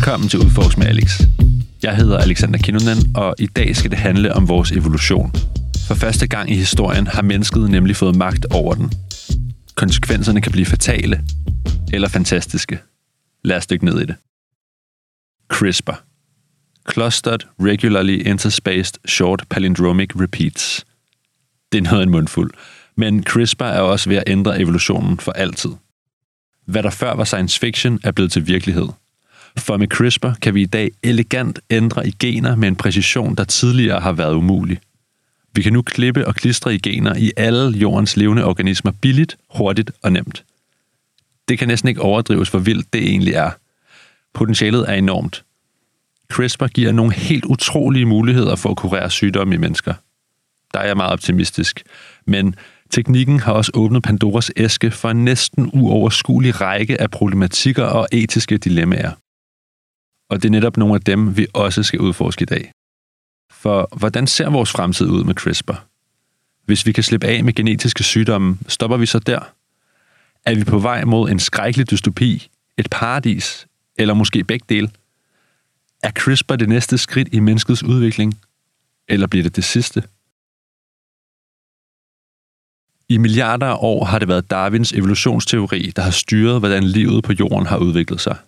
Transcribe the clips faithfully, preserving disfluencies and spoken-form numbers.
Velkommen til Udforsk med Alex. Jeg hedder Alexander Kinnunen, og i dag skal det handle om vores evolution. For første gang i historien har mennesket nemlig fået magt over den. Konsekvenserne kan blive fatale eller fantastiske. Lad os dykke ned i det. CRISPR. Clustered Regularly Interspaced Short Palindromic Repeats. Det er noget af en mundfuld. Men CRISPR er også ved at ændre evolutionen for altid. Hvad der før var science fiction, er blevet til virkelighed. For med CRISPR kan vi i dag elegant ændre i gener med en præcision, der tidligere har været umulig. Vi kan nu klippe og klistre i gener i alle jordens levende organismer billigt, hurtigt og nemt. Det kan næsten ikke overdrives, hvor vildt det egentlig er. Potentialet er enormt. CRISPR giver nogle helt utrolige muligheder for at kurere sygdomme i mennesker. Der er jeg meget optimistisk. Men teknikken har også åbnet Pandoras æske for en næsten uoverskuelig række af problematikker og etiske dilemmaer. Og det er netop nogle af dem, vi også skal udforske i dag. For hvordan ser vores fremtid ud med CRISPR? Hvis vi kan slippe af med genetiske sygdomme, stopper vi så der? Er vi på vej mod en skrækkelig dystopi, et paradis, eller måske begge dele? Er CRISPR det næste skridt i menneskets udvikling, eller bliver det det sidste? I milliarder af år har det været Darwins evolutionsteori, der har styret, hvordan livet på jorden har udviklet sig.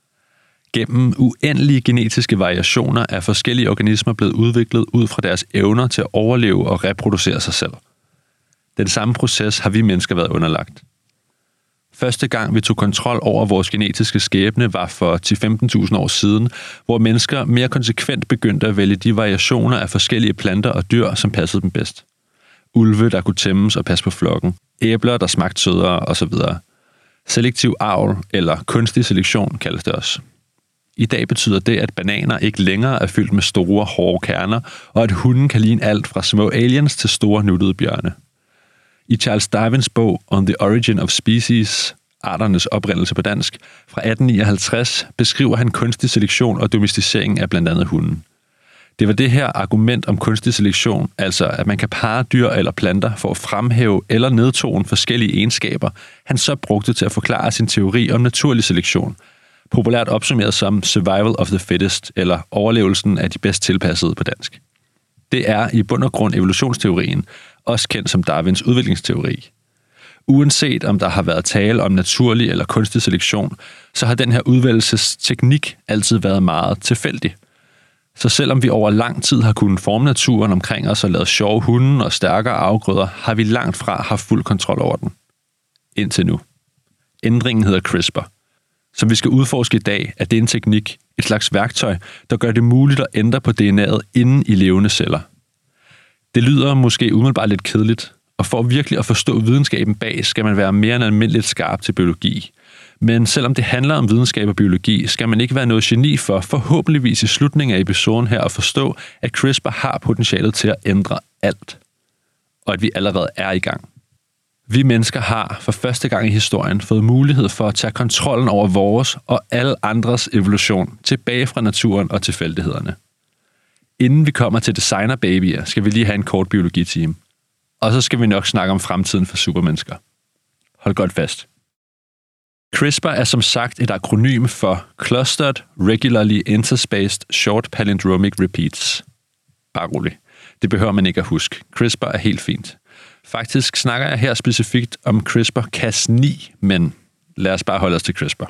Gennem uendelige genetiske variationer er forskellige organismer blevet udviklet ud fra deres evner til at overleve og reproducere sig selv. Den samme proces har vi mennesker været underlagt. Første gang vi tog kontrol over vores genetiske skæbne var for ti til femten tusind år siden, hvor mennesker mere konsekvent begyndte at vælge de variationer af forskellige planter og dyr, som passede dem bedst. Ulve, der kunne tæmmes og passe på flokken. Æbler, der smagte sødere osv. Selektiv avl eller kunstig selektion kaldes det også. I dag betyder det, at bananer ikke længere er fyldt med store, hårde kerner, og at hunden kan ligne alt fra små aliens til store nuttede bjørne. I Charles Darwins bog On the Origin of Species, arternes oprindelse på dansk, fra atten nioghalvtreds, beskriver han kunstig selektion og domesticering af blandt andet hunden. Det var det her argument om kunstig selektion, altså at man kan parre dyr eller planter for at fremhæve eller nedtone forskellige egenskaber, han så brugte til at forklare sin teori om naturlig selektion, populært opsummeret som survival of the fittest, eller overlevelsen af de bedst tilpassede på dansk. Det er i bund og grund evolutionsteorien, også kendt som Darwins udviklingsteori. Uanset om der har været tale om naturlig eller kunstig selektion, så har den her udvælgelsesteknik altid været meget tilfældig. Så selvom vi over lang tid har kunnet forme naturen omkring os og lavet sjove hunde og stærkere afgrøder, har vi langt fra haft fuld kontrol over den. Indtil nu. Ændringen hedder CRISPR. Som vi skal udforske i dag, er det en teknik, et slags værktøj, der gør det muligt at ændre på D N A'et inden i levende celler. Det lyder måske umiddelbart lidt kedeligt, og for virkelig at forstå videnskaben bag, skal man være mere end almindeligt skarp til biologi. Men selvom det handler om videnskab og biologi, skal man ikke være noget geni for forhåbentligvis i slutningen af episoden her at forstå, at CRISPR har potentialet til at ændre alt. Og at vi allerede er i gang. Vi mennesker har for første gang i historien fået mulighed for at tage kontrollen over vores og alle andres evolution tilbage fra naturen og tilfældighederne. Inden vi kommer til designerbabyer, skal vi lige have en kort biologitime. Og så skal vi nok snakke om fremtiden for supermennesker. Hold godt fast. CRISPR er som sagt et akronym for Clustered Regularly Interspaced Short Palindromic Repeats. Bare rolig. Det behøver man ikke at huske. CRISPR er helt fint. Faktisk snakker jeg her specifikt om CRISPR Cas ni, men lad os bare holde os til CRISPR.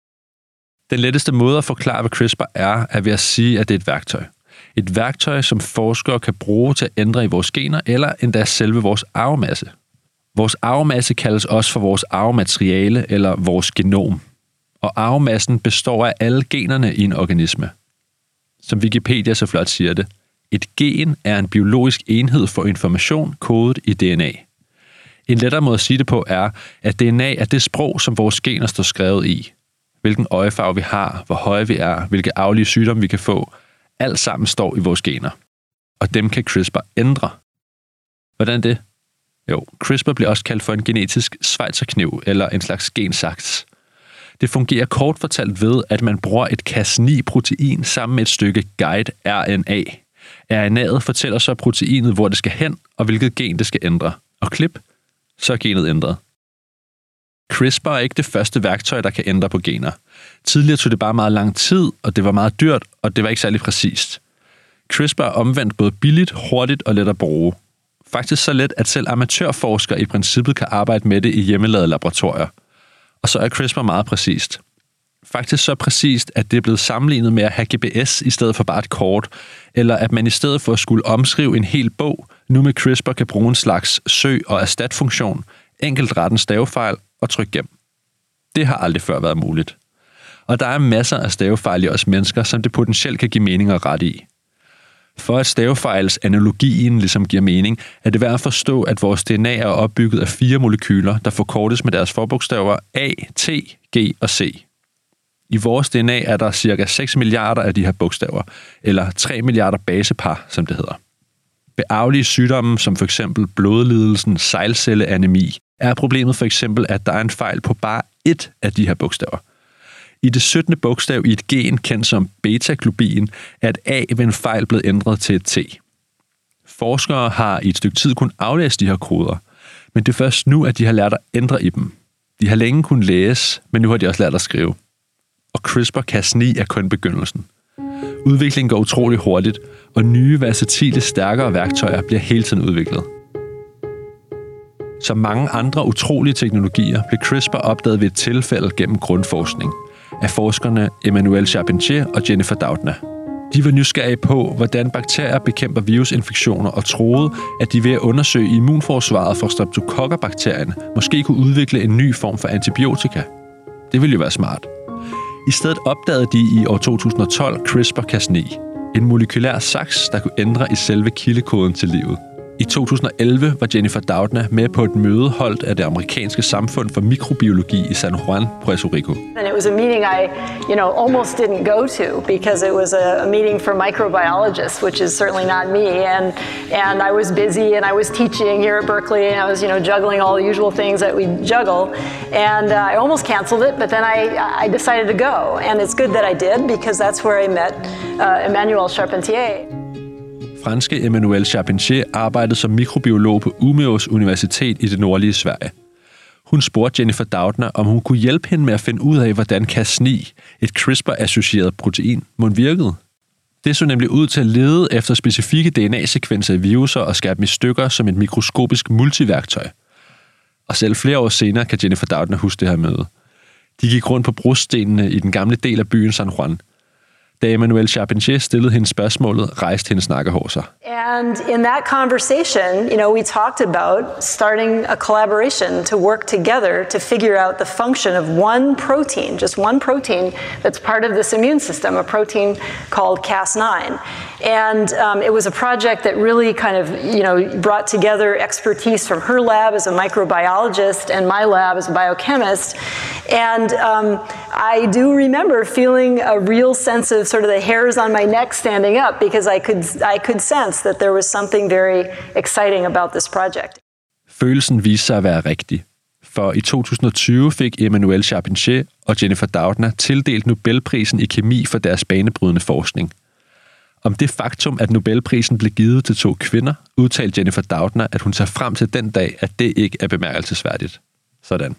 Den letteste måde at forklare, hvad CRISPR er, er ved at sige, at det er et værktøj. Et værktøj, som forskere kan bruge til at ændre i vores gener, eller endda selve vores arvemasse. Vores arvemasse kaldes også for vores arvemateriale, eller vores genom. Og arvemassen består af alle generne i en organisme. Som Wikipedia så flot siger det, et gen er en biologisk enhed for information kodet i D N A. En lettere måde at sige det på er, at D N A er det sprog, som vores gener står skrevet i. Hvilken øjefarve vi har, hvor høje vi er, hvilke arvelige sygdomme vi kan få, alt sammen står i vores gener. Og dem kan CRISPR ændre. Hvordan det? Jo, CRISPR bliver også kaldt for en genetisk schweizerkniv eller en slags gensaks. Det fungerer kort fortalt ved, at man bruger et Cas ni protein sammen med et stykke guide R N A. R N A'et fortæller så proteinet, hvor det skal hen, og hvilket gen det skal ændre. Og klip, så er genet ændret. CRISPR er ikke det første værktøj, der kan ændre på gener. Tidligere tog det bare meget lang tid, og det var meget dyrt, og det var ikke særlig præcist. CRISPR er omvendt både billigt, hurtigt og let at bruge. Faktisk så let, at selv amatørforskere i princippet kan arbejde med det i hjemmelavede laboratorier. Og så er CRISPR meget præcist. Faktisk så præcist, at det er blevet sammenlignet med at have G P S i stedet for bare et kort, eller at man i stedet for at skulle omskrive en hel bog, nu med CRISPR kan bruge en slags søg- og erstat-funktion, enkelt rette en stavefejl og trykke hjem. Det har aldrig før været muligt. Og der er masser af stavefejl i os mennesker, som det potentielt kan give mening at rette i. For at stavefejls analogien ligesom giver mening, er det værd at forstå, at vores D N A er opbygget af fire molekyler, der forkortes med deres forbogstaver A, T, G og C. I vores D N A er der cirka seks milliarder af de her bogstaver, eller tre milliarder basepar, som det hedder. Ved arvelige sygdomme, som f.eks. blodlidelsen sejlcelleanemi, er problemet for eksempel, at der er en fejl på bare ét af de her bogstaver. I det syttende bogstav i et gen, kendt som beta-globin, er et A ved en fejl blevet ændret til et T. Forskere har i et stykke tid kun aflæst de her koder, men det er først nu, at de har lært at ændre i dem. De har længe kunnet læse, men nu har de også lært at skrive. Og CRISPR Cas ni er kun begyndelsen. Udviklingen går utrolig hurtigt, og nye, versatile, stærkere værktøjer bliver hele tiden udviklet. Som mange andre utrolige teknologier blev CRISPR opdaget ved et tilfælde gennem grundforskning af forskerne Emmanuelle Charpentier og Jennifer Doudna. De var nysgerrige på, hvordan bakterier bekæmper virusinfektioner og troede, at de ved at undersøge immunforsvaret for streptokokkerbakterien måske kunne udvikle en ny form for antibiotika. Det ville jo være smart. I stedet opdagede de i år to tusind og tolv CRISPR Cas ni, en molekylær saks, der kunne ændre i selve kildekoden til livet. I to tusind og elleve var Jennifer Doudna med på et møde holdt af det amerikanske samfund for mikrobiologi i San Juan, Puerto Rico. And it was a meeting I, you know, almost didn't go to because it was a, a meeting for microbiologists, which is certainly not me. And and I was busy and I was teaching here at Berkeley and I was, you know, juggling all the usual things that we juggle. And uh, I almost canceled it, but then I I decided to go. And it's good that I did because that's where I met uh, Emmanuelle Charpentier. Franske Emmanuelle Charpentier arbejdede som mikrobiolog på Umeås Universitet i det nordlige Sverige. Hun spurgte Jennifer Doudna, om hun kunne hjælpe hende med at finde ud af, hvordan Cas ni, et CRISPR-associeret protein, mon virkede. Det så nemlig ud til at lede efter specifikke D N A-sekvenser i viruser og skære dem i stykker som et mikroskopisk multiværktøj. Og selv flere år senere kan Jennifer Doudna huske det her møde. De gik rundt på brostenene i den gamle del af byen San Juan. Da Emmanuelle Charpentier stillede hende spørgsmålet, rejste hendes nakkehår sig. And in that conversation, you know, we talked about starting a collaboration to work together to figure out the function of one protein, just one protein that's part of this immune system, a protein called Cas nine. And um, it was a project that really kind of, you know, brought together expertise from her lab as a microbiologist and my lab as a biochemist. And um, I do remember feeling a real sense of sort of the hairs on my neck standing up because I could I could sense that there was something very exciting about this project. Følelsen viste sig at være rigtig, for i to tusind og tyve fik Emmanuelle Charpentier og Jennifer Doudna tildelt Nobelprisen i kemi for deres banebrydende forskning. Om det faktum, at Nobelprisen blev givet til to kvinder, udtalte Jennifer Doudna, at hun ser frem til den dag, at det ikke er bemærkelsesværdigt. Sådan.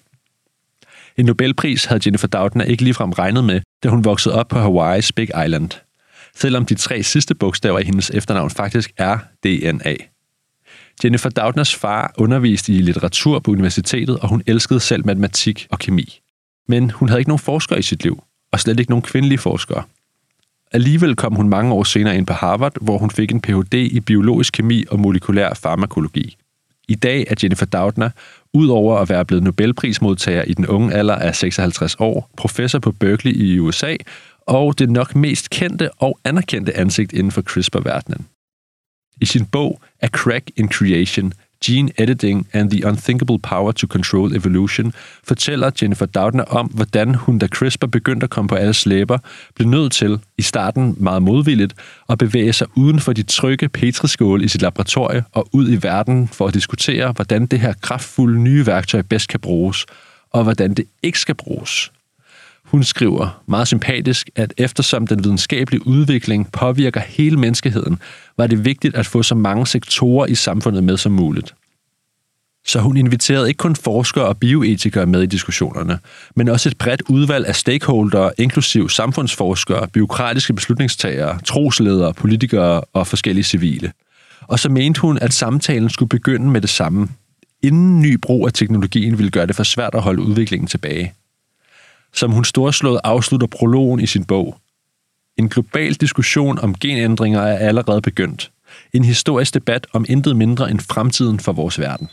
En Nobelpris havde Jennifer Doudna ikke ligefrem regnet med, da hun voksede op på Hawaiis Big Island. Selvom de tre sidste bogstaver i hendes efternavn faktisk er D N A. Jennifer Doudnas far underviste i litteratur på universitetet, og hun elskede selv matematik og kemi. Men hun havde ikke nogen forskere i sit liv, og slet ikke nogen kvindelige forskere. Alligevel kom hun mange år senere ind på Harvard, hvor hun fik en P H D i biologisk kemi og molekylær farmakologi. I dag er Jennifer Doudna, udover at være blevet Nobelprismodtager i den unge alder af seksoghalvtreds år, professor på Berkeley i U S A, og det nok mest kendte og anerkendte ansigt inden for CRISPR-verdenen. I sin bog A Crack in Creation, Gene Editing and the Unthinkable Power to Control Evolution, fortæller Jennifer Doudna om, hvordan hun, da CRISPR begyndte at komme på alles læber, blev nødt til, i starten meget modvilligt, at bevæge sig uden for de trygge petriskåle i sit laboratorie og ud i verden for at diskutere, hvordan det her kraftfulde nye værktøj bedst kan bruges, og hvordan det ikke skal bruges. Hun skriver meget sympatisk, at eftersom den videnskabelige udvikling påvirker hele menneskeheden, var det vigtigt at få så mange sektorer i samfundet med som muligt. Så hun inviterede ikke kun forskere og bioetikere med i diskussionerne, men også et bredt udvalg af stakeholdere, inklusiv samfundsforskere, bureaukratiske beslutningstagere, trosledere, politikere og forskellige civile. Og så mente hun, at samtalen skulle begynde med det samme, inden ny brug af teknologien ville gøre det for svært at holde udviklingen tilbage. Som hun storslået afslutter prologen i sin bog. En global diskussion om genændringer er allerede begyndt. En historisk debat om intet mindre end fremtiden for vores verden.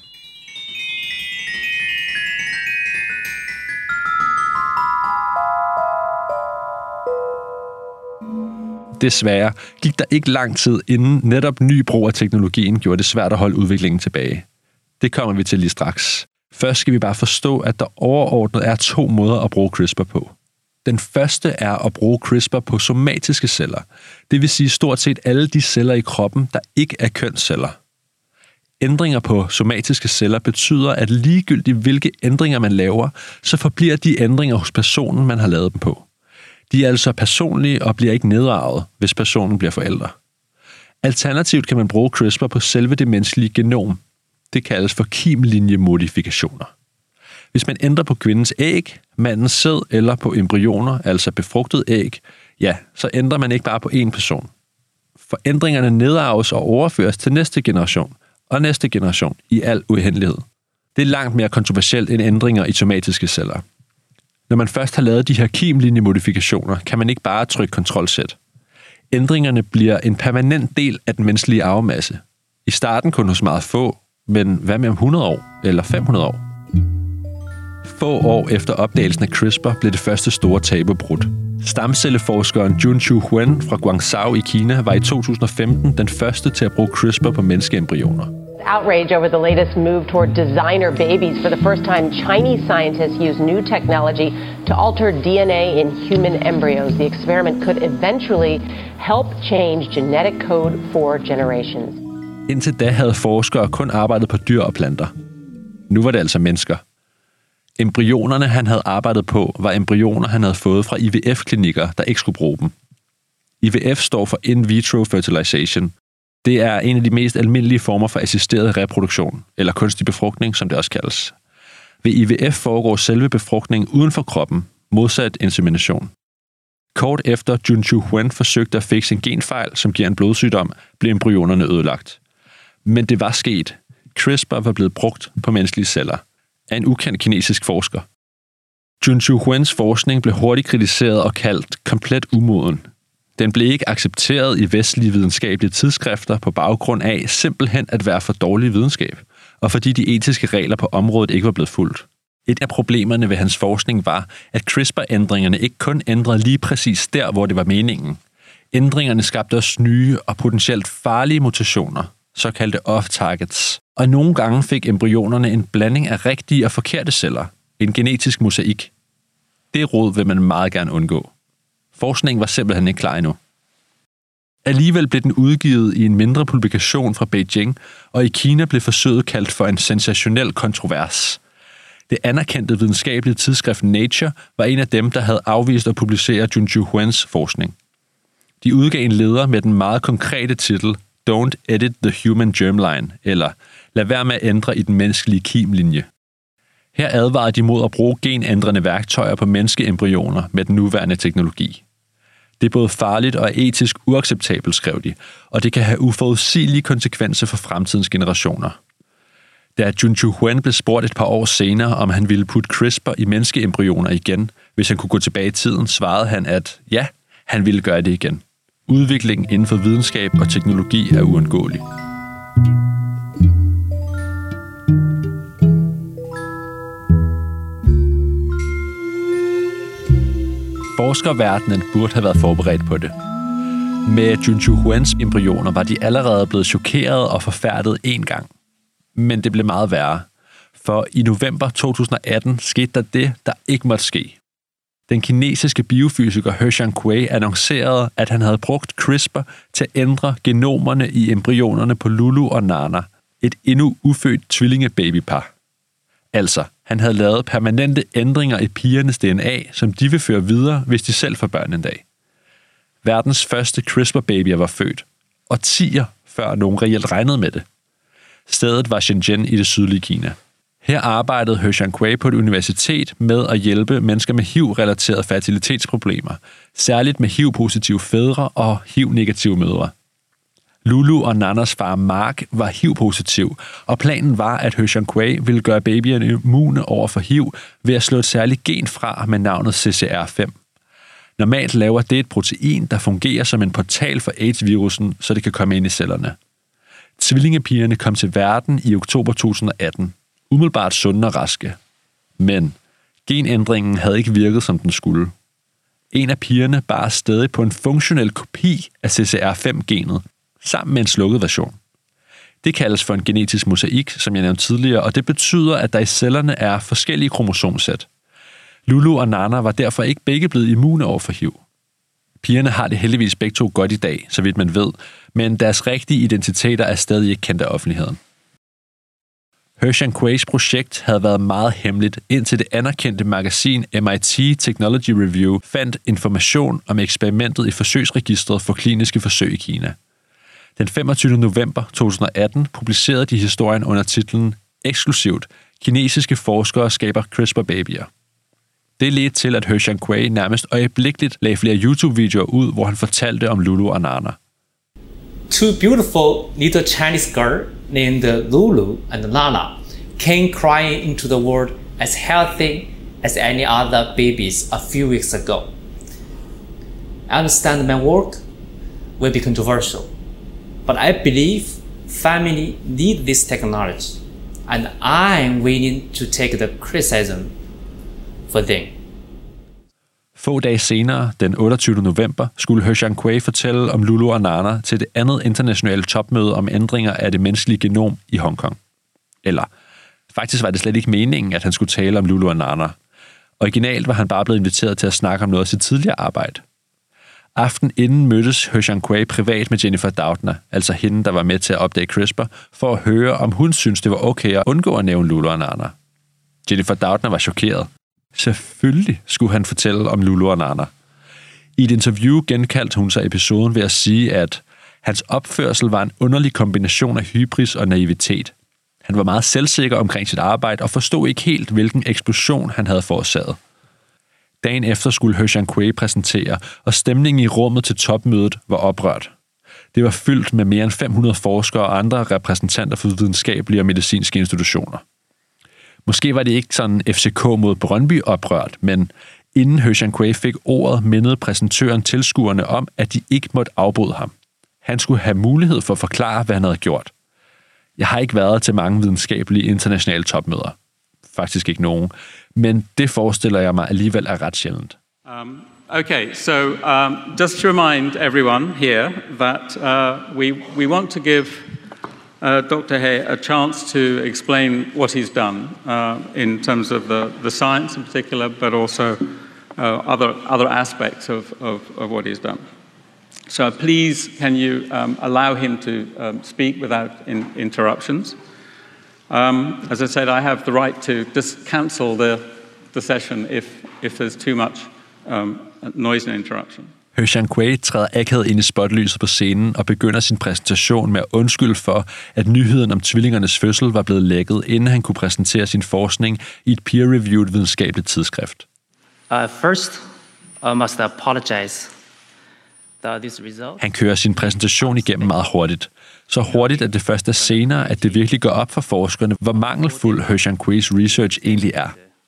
Desværre gik der ikke lang tid, inden netop ny brug af teknologien gjorde det svært at holde udviklingen tilbage. Det kommer vi til lige straks. Først skal vi bare forstå, at der overordnet er to måder at bruge CRISPR på. Den første er at bruge CRISPR på somatiske celler, det vil sige stort set alle de celler i kroppen, der ikke er kønsceller. Ændringer på somatiske celler betyder, at ligegyldigt hvilke ændringer man laver, så forbliver de ændringer hos personen, man har lavet dem på. De er altså personlige og bliver ikke nedarvet, hvis personen bliver forælder. Alternativt kan man bruge CRISPR på selve det menneskelige genom. Det kaldes for kimlinjemodifikationer. Hvis man ændrer på kvindens æg, mandens sæd eller på embryoner, altså befrugtet æg, ja, så ændrer man ikke bare på én person. For ændringerne nedarves og overføres til næste generation og næste generation i al uendelighed. Det er langt mere kontroversielt end ændringer i somatiske celler. Når man først har lavet de her kimlinjemodifikationer, kan man ikke bare trykke kontrol-sæt. Ændringerne bliver en permanent del af den menneskelige arvemasse. I starten kun hos meget få, men hvad med om hundrede år eller fem hundrede år? Få år efter opdagelsen af CRISPR blev det første store tabu brudt. Stamcelleforskeren Jun-Chu Huang fra Guangzhou i Kina var i to tusind og femten den første til at bruge CRISPR på menneskeembryoner. Outrage over the latest move toward designer babies. For the first time, Chinese scientists use new technology to alter D N A in human embryos. The experiment could eventually help change genetic code for generations. Indtil da havde forskere kun arbejdet på dyr og planter. Nu var det altså mennesker. Embryonerne, han havde arbejdet på, var embryoner, han havde fået fra I V F-klinikker, der ikke skulle bruge dem. I V F står for in vitro fertilization. Det er en af de mest almindelige former for assisteret reproduktion, eller kunstig befrugtning, som det også kaldes. Ved I V F foregår selve befrugtningen uden for kroppen, modsat insemination. Kort efter Jun-Chu Huang forsøgte at fikse en genfejl, som giver en blodsygdom, blev embryonerne ødelagt. Men det var sket. CRISPR var blevet brugt på menneskelige celler af en ukendt kinesisk forsker. Jun-Chu Huangs forskning blev hurtigt kritiseret og kaldt komplet umoden. Den blev ikke accepteret i vestlige videnskabelige tidsskrifter på baggrund af simpelthen at være for dårlig videnskab, og fordi de etiske regler på området ikke var blevet fulgt. Et af problemerne ved hans forskning var, at CRISPR-ændringerne ikke kun ændrede lige præcis der, hvor det var meningen. Ændringerne skabte også nye og potentielt farlige mutationer, såkaldte off-targets, og nogle gange fik embryonerne en blanding af rigtige og forkerte celler, en genetisk mosaik. Det rod vil man meget gerne undgå. Forskningen var simpelthen ikke klar endnu. Alligevel blev den udgivet i en mindre publikation fra Beijing, og i Kina blev forsøget kaldt for en sensationel kontrovers. Det anerkendte videnskabelige tidsskrift Nature var en af dem, der havde afvist at publicere Jun-Chu Huangs forskning. De udgav en leder med den meget konkrete titel Don't edit the human germline, eller lad være med at ændre i den menneskelige kimlinje. Her advarede de mod at bruge genændrende værktøjer på menneskeembryoner med den nuværende teknologi. Det er både farligt og etisk uacceptabelt, skrev de, og det kan have uforudsigelige konsekvenser for fremtidens generationer. Da Jun-Chu Huang blev spurgt et par år senere, om han ville putte CRISPR i menneskeembryoner igen, hvis han kunne gå tilbage i tiden, svarede han, at ja, han ville gøre det igen. Udviklingen inden for videnskab og teknologi er uundgåelig. Forskerverdenen burde have været forberedt på det. Med Jun-Chu Huangs embryoner var de allerede blevet chokeret og forfærdet én gang. Men det blev meget værre, for i november to tusind og atten skete der det, der ikke måtte ske. Den kinesiske biofysiker He Jiankui annoncerede, at han havde brugt CRISPR til at ændre genomerne i embryonerne på Lulu og Nana, et endnu ufødt tvillingebabypar. Altså, han havde lavet permanente ændringer i pigernes D N A, som de vil føre videre, hvis de selv får børn en dag. Verdens første CRISPR-babyer var født, årtier før nogen reelt regnede med det. Stedet var Shenzhen i det sydlige Kina. Her arbejdede He Jiankui på et universitet med at hjælpe mennesker med H I V-relaterede fertilitetsproblemer, særligt med H I V-positive fædre og H I V-negative mødre. Lulu og Nanas far Mark var H I V-positiv, og planen var, at He Jiankui ville gøre babyerne immune over for H I V ved at slå et særligt gen fra med navnet C C R fem. Normalt laver det et protein, der fungerer som en portal for AIDS-virusen, så det kan komme ind i cellerne. Tvillingepigerne kom til verden i oktober to tusind og atten, umiddelbart sunde og raske. Men genændringen havde ikke virket, som den skulle. En af pigerne bar stadig på en funktionel kopi af C C R fem-genet, sammen med en slukket version. Det kaldes for en genetisk mosaik, som jeg nævnte tidligere, og det betyder, at der i cellerne er forskellige kromosomsæt. Lulu og Nana var derfor ikke begge blevet immune over for H I V. Pigerne har det heldigvis begge to godt i dag, så vidt man ved, men deres rigtige identiteter er stadig ikke kendt af offentligheden. He Jiankuis projekt havde været meget hemmeligt, indtil det anerkendte magasin M I T Technology Review fandt information om eksperimentet i forsøgsregistret for kliniske forsøg i Kina. Den femogtyvende november to tusind og atten publicerede de historien under titlen Eksklusivt. Kinesiske forskere skaber CRISPR-babyer. Det ledte til, at He Jiankui nærmest øjeblikkeligt lagde flere YouTube-videoer ud, hvor han fortalte om Lulu og Nana. Two beautiful little Chinese girls named Lulu and Nana came crying into the world as healthy as any other babies a few weeks ago. I understand my work will be controversial, but I believe family need this technology, and I'm willing to take the criticism for them. Få dage senere, den otteogtyvende november, skulle He Jiankui fortælle om Lulu og Nana til det andet internationale topmøde om ændringer af det menneskelige genom i Hongkong. Eller, faktisk var det slet ikke meningen, at han skulle tale om Lulu og Nana. Originalt var han bare blevet inviteret til at snakke om noget af sit tidligere arbejde. Aften inden mødtes He Jiankui privat med Jennifer Doudna, altså hende, der var med til at opdage CRISPR, for at høre, om hun syntes, det var okay at undgå at nævne Lulu og Nana. Jennifer Doudna var chokeret. Selvfølgelig skulle han fortælle om Lulu og Nana. I et interview genkaldte hun sig episoden ved at sige, at hans opførsel var en underlig kombination af hybris og naivitet. Han var meget selvsikker omkring sit arbejde og forstod ikke helt, hvilken eksplosion han havde forårsaget. Dagen efter skulle He Jiankui præsentere, og stemningen i rummet til topmødet var oprørt. Det var fyldt med mere end fem hundrede forskere og andre repræsentanter for videnskabelige og medicinske institutioner. Måske var det ikke sådan F C K mod Brøndby oprørt, men inden He Jiankui fik ordet, mindede præsentøren tilskuerne om, at de ikke måtte afbryde ham. Han skulle have mulighed for at forklare, hvad han havde gjort. Jeg har ikke været til mange videnskabelige internationale topmøder. Faktisk ikke nogen. Men det forestiller jeg mig alligevel er ret sjældent. Um, okay, so um, just to remind everyone here that uh, we, we want to give Uh, Doctor He a chance to explain what he's done uh, in terms of the, the science in particular, but also uh, other other aspects of, of, of what he's done. So please, can you um, allow him to um, speak without in, interruptions? Um, as I said, I have the right to just cancel the the session if if there's too much um, noise and interruption. He Jiankui træder akavet ind i spotlyset på scenen og begynder sin præsentation med at undskylde for, at nyheden om tvillingernes fødsel var blevet lækket, inden han kunne præsentere sin forskning i et peer-reviewed videnskabeligt tidsskrift. Uh, first, I must apologize. This result. Han kører sin præsentation igennem meget hurtigt. Så hurtigt, at det først er senere, at det virkelig går op for forskerne, hvor mangelfuld He Jiankuis research egentlig er.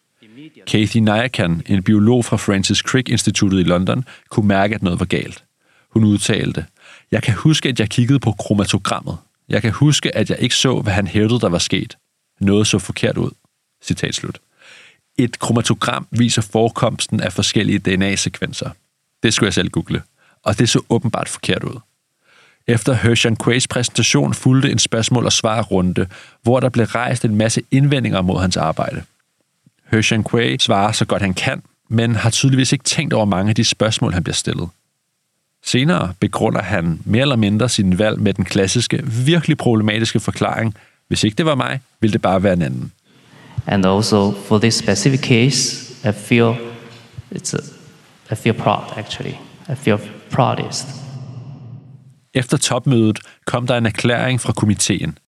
Kathy Nayakan, en biolog fra Francis Crick Instituttet i London, kunne mærke, at noget var galt. Hun udtalte, jeg kan huske, at jeg kiggede på kromatogrammet. Jeg kan huske, at jeg ikke så, hvad han hævdede, der var sket. Noget så forkert ud. Citat slut. Et kromatogram viser forekomsten af forskellige D N A-sekvenser. Det skulle jeg selv google. Og det så åbenbart forkert ud. Efter He Jiankuis præsentation fulgte en spørgsmål- og svar-runde, hvor der blev rejst en masse indvendinger mod hans arbejde. He Jiankui svarer så godt han kan, men har tydeligvis ikke tænkt over mange af de spørgsmål, han bliver stillet. Senere begrunder han mere eller mindre sin valg med den klassiske, virkelig problematiske forklaring, hvis ikke det var mig, ville det bare være en anden. And also for this specific case, I feel it's a, I feel proud actually. I feel proudest. Efter topmødet kom der en erklæring fra komiteen.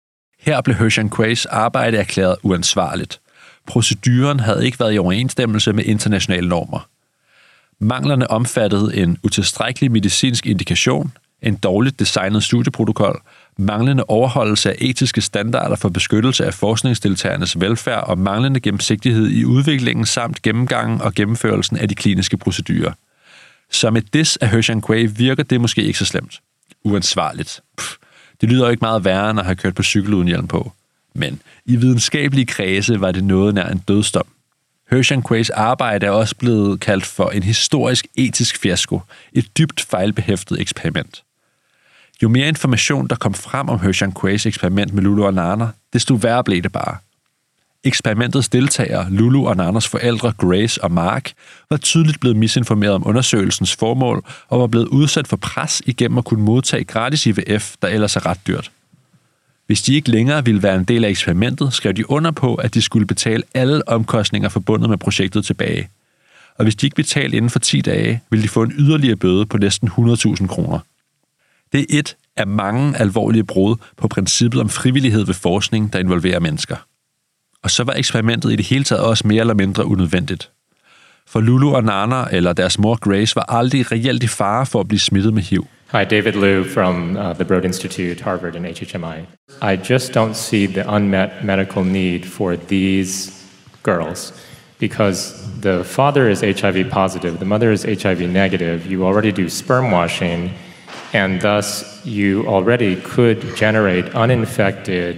Her blev Hershey and Quays arbejde erklæret uansvarligt. Proceduren havde ikke været i overensstemmelse med internationale normer. Manglerne omfattede en utilstrækkelig medicinsk indikation, en dårligt designet studieprotokol, manglende overholdelse af etiske standarder for beskyttelse af forskningsdeltagernes velfærd og manglende gennemsigtighed i udviklingen samt gennemgangen og gennemførelsen af de kliniske procedurer. Som et diss af Hershey and Quay virker det måske ikke så slemt. Uansvarligt. Pff, det lyder jo ikke meget værre, end at have kørt på cykel uden hjelm på. Men i videnskabelige kredse var det noget nær en dødsdom. Hershey and Quays arbejde er også blevet kaldt for en historisk etisk fiasko, et dybt fejlbehæftet eksperiment. Jo mere information, der kom frem om Hershey and Quays eksperiment med Lulu og Nana, desto værre blev det bare. Eksperimentets deltagere, Lulu og Nanas forældre Grace og Mark, var tydeligt blevet misinformeret om undersøgelsens formål og var blevet udsat for pres igennem at kunne modtage gratis I V F, der ellers er ret dyrt. Hvis de ikke længere ville være en del af eksperimentet, skrev de under på, at de skulle betale alle omkostninger forbundet med projektet tilbage. Og hvis de ikke betalte inden for ti dage, ville de få en yderligere bøde på næsten hundrede tusind kroner. Det er et af mange alvorlige brud på princippet om frivillighed ved forskning, der involverer mennesker. Og så var eksperimentet i det hele taget også mere eller mindre unødvendigt. For Lulu og Nana eller deres mor Grace var aldrig reelt i fare for at blive smittet med H I V. Hi, David Liu from uh, the Broad Institute, Harvard, and H H M I. I just don't see the unmet medical need for these girls because the father is H I V positive, the mother is H I V negative. You already do sperm washing, and thus you already could generate uninfected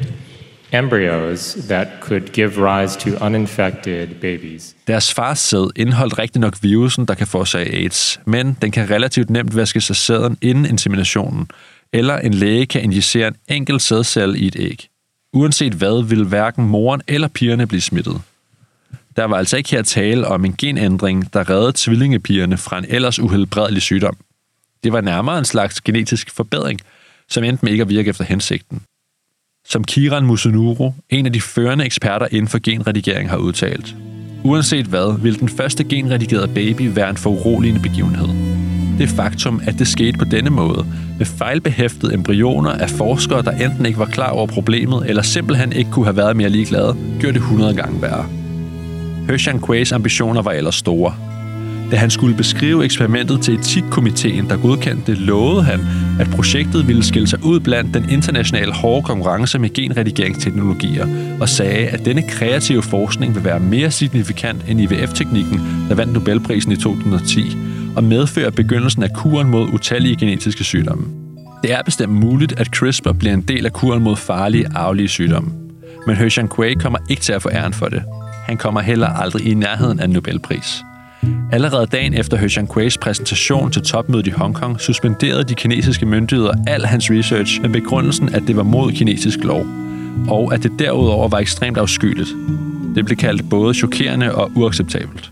embryos that could give rise to uninfected babies. Deres fars sæd indeholdt rigtig nok virusen, der kan forårsage AIDS, men den kan relativt nemt vaske sig sæden inden inseminationen, eller en læge kan injicere en enkelt sædcelle i et æg. Uanset hvad, vil hverken moren eller pigerne blive smittet. Der var altså ikke her tale om en genændring, der reddede tvillingepigerne fra en ellers uhelbredelig sygdom. Det var nærmere en slags genetisk forbedring, som endte med ikke at virke efter hensigten. Som Kiran Musunuru, en af de førende eksperter inden for genredigering, har udtalt. Uanset hvad, vil den første genredigerede baby være en foruroligende begivenhed. Det faktum, at det skete på denne måde, med fejlbehæftede embryoner af forskere, der enten ikke var klar over problemet, eller simpelthen ikke kunne have været mere ligeglade, gjorde det hundrede gange værre. Hershey and Quays ambitioner var ellers store. Da han skulle beskrive eksperimentet til etikkomiteen, der godkendte det, lovede han, at projektet ville skille sig ud blandt den internationale hårde konkurrence med genredigeringsteknologier, og sagde, at denne kreative forskning vil være mere signifikant end I V F-teknikken, der vandt Nobelprisen i to tusind og ti, og medfører begyndelsen af kuren mod utallige genetiske sygdomme. Det er bestemt muligt, at CRISPR bliver en del af kuren mod farlige, arvelige sygdomme. Men Hershey and Quay kommer ikke til at få æren for det. Han kommer heller aldrig i nærheden af en Nobelpris. Allerede dagen efter Hershey and Quays præsentation til topmødet i Hongkong, suspenderede de kinesiske myndigheder al hans research med begrundelsen, at det var mod kinesisk lov, og at det derudover var ekstremt afskyeligt. Det blev kaldt både chokerende og uacceptabelt.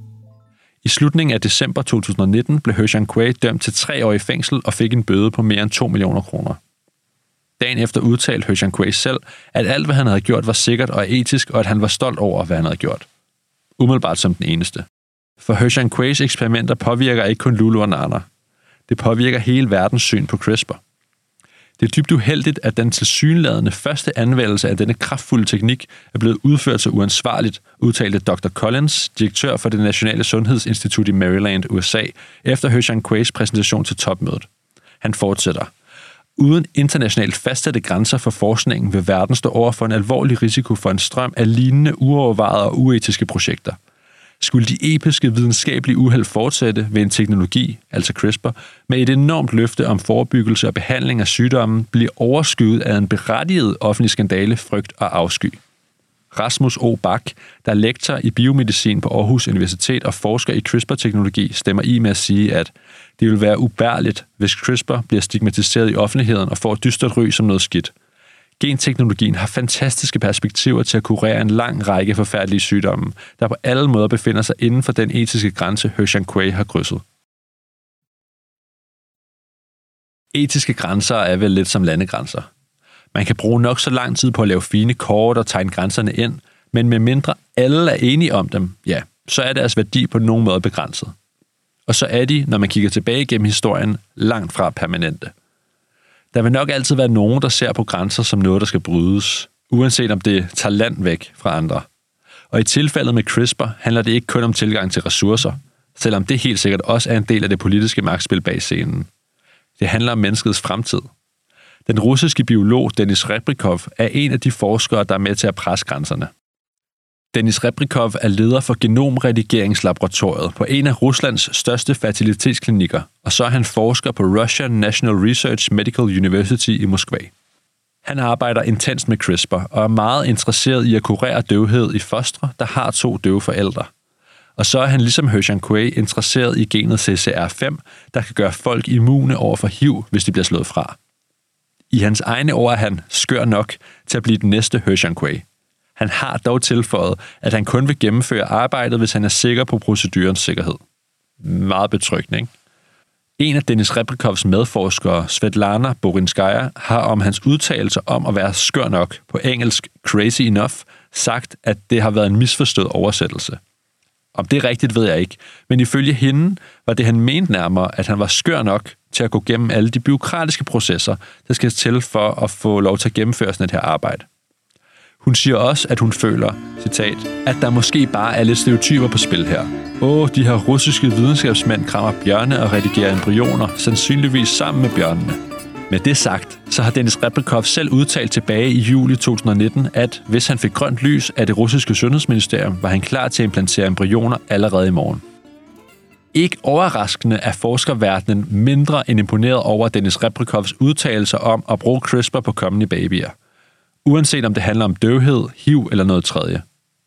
I slutningen af december to tusind og nitten blev Hershey and Quay dømt til tre år i fængsel og fik en bøde på mere end to millioner kroner. Dagen efter udtalte Hershey and Quay selv, at alt, hvad han havde gjort, var sikkert og etisk, og at han var stolt over, hvad han havde gjort. Umiddelbart som den eneste. For Hershey and Quays eksperimenter påvirker ikke kun Lulu og Nana. Det påvirker hele verdens syn på CRISPR. Det er dybt uheldigt, at den tilsyneladende første anvendelse af denne kraftfulde teknik er blevet udført så uansvarligt, udtalte doktor Collins, direktør for det Nationale Sundhedsinstitut i Maryland, U S A, efter Hershey and Quays præsentation til topmødet. Han fortsætter. Uden internationalt fastsatte grænser for forskningen vil verden stå over for en alvorlig risiko for en strøm af lignende uovervejede og uetiske projekter. Skulle de episke videnskabelige uheld fortsætte ved en teknologi, altså CRISPR, med et enormt løfte om forebyggelse og behandling af sygdommen, bliver overskyet af en berettiget offentlig skandale, frygt og afsky. Rasmus O. Bach, der er lektor i biomedicin på Aarhus Universitet og forsker i CRISPR-teknologi, stemmer i med at sige, at det vil være ubærligt, hvis CRISPR bliver stigmatiseret i offentligheden og får et dystert ry som noget skidt. Genteknologien har fantastiske perspektiver til at kurere en lang række forfærdelige sygdomme, der på alle måder befinder sig inden for den etiske grænse, Hershey and Quay har krydset. Etiske grænser er vel lidt som landegrænser. Man kan bruge nok så lang tid på at lave fine kort og tegne grænserne ind, men med mindre alle er enige om dem, ja, så er deres værdi på nogen måde begrænset. Og så er de, når man kigger tilbage gennem historien, langt fra permanente. Der vil nok altid være nogen, der ser på grænser som noget, der skal brydes, uanset om det tager land væk fra andre. Og i tilfældet med CRISPR handler det ikke kun om tilgang til ressourcer, selvom det helt sikkert også er en del af det politiske magtspil bag scenen. Det handler om menneskets fremtid. Den russiske biolog Denis Rebrikov er en af de forskere, der er med til at presse grænserne. Denis Rebrikov er leder for genomredigeringslaboratoriet på en af Ruslands største fertilitetsklinikker, og så er han forsker på Russian National Research Medical University i Moskva. Han arbejder intenst med CRISPR og er meget interesseret i at kurere døvhed i fostre, der har to døve forældre. Og så er han ligesom He Jiankui interesseret i genet C C R fem, der kan gøre folk immune over for H I V, hvis de bliver slået fra. I hans egne ord er han skør nok til at blive den næste He Jiankui. Han har dog tilføjet, at han kun vil gennemføre arbejdet, hvis han er sikker på procedurens sikkerhed. Meget betryggende, ikke? En af Denis Rebrikovs medforskere, Svetlana Borinskaya, har om hans udtalelser om at være skør nok, på engelsk crazy enough, sagt, at det har været en misforstået oversættelse. Om det er rigtigt, ved jeg ikke, men ifølge hende var det, han mente nærmere, at han var skør nok til at gå gennem alle de bureaukratiske processer, der skal til for at få lov til at gennemføre sådan et her arbejde. Hun siger også, at hun føler, citat, at der måske bare er lidt stereotyper på spil her. Åh, de her russiske videnskabsmænd krammer bjørne og redigerer embryoner, sandsynligvis sammen med bjørnene. Med det sagt, så har Denis Rebrikov selv udtalt tilbage i juli to tusind nitten, at hvis han fik grønt lys af det russiske sundhedsministerium, var han klar til at implantere embryoner allerede i morgen. Ikke overraskende er forskerverdenen mindre end imponeret over Denis Rebrikovs udtalelser om at bruge CRISPR på kommende babyer. Uanset om det handler om døvhed, H I V eller noget tredje.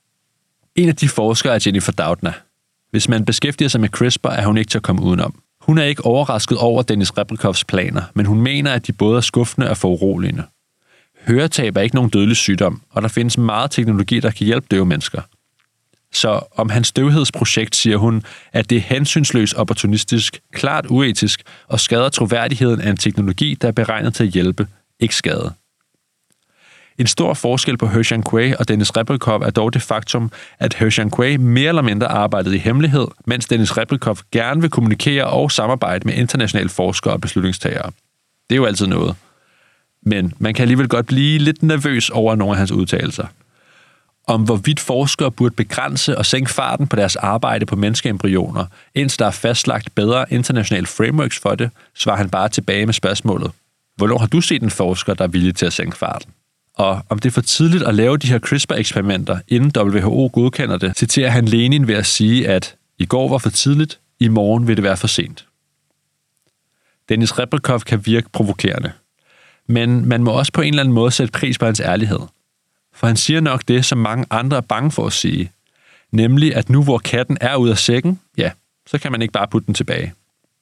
En af de forskere er Jennifer Doudna. Hvis man beskæftiger sig med CRISPR, er hun ikke til at komme udenom. Hun er ikke overrasket over Denis Rebrikovs planer, men hun mener, at de både er skuffende og foruroligende. Høretab er ikke nogen dødelig sygdom, og der findes meget teknologi, der kan hjælpe døve mennesker. Så om hans døvhedsprojekt siger hun, at det er hensynsløst opportunistisk, klart uetisk og skader troværdigheden af en teknologi, der er beregnet til at hjælpe, ikke skade. En stor forskel på He Jiankui og Denis Rebrikov er dog det faktum, at He Jiankui mere eller mindre arbejdede i hemmelighed, mens Denis Rebrikov gerne vil kommunikere og samarbejde med internationale forskere og beslutningstagere. Det er jo altid noget. Men man kan alligevel godt blive lidt nervøs over nogle af hans udtalelser. Om hvorvidt forskere burde begrænse og sænke farten på deres arbejde på menneskeembryoner, indtil der er fastlagt bedre internationale frameworks for det, svarer han bare tilbage med spørgsmålet: hvornår har du set en forsker, der er villig til at sænke farten? Og om det er for tidligt at lave de her CRISPR-eksperimenter, inden W H O godkender det, citerer han Lenin ved at sige, at i går var for tidligt, i morgen vil det være for sent. Denis Rebrikov kan virke provokerende, men man må også på en eller anden måde sætte pris på hans ærlighed. For han siger nok det, som mange andre er bange for at sige, nemlig at nu hvor katten er ude af sækken, ja, så kan man ikke bare putte den tilbage.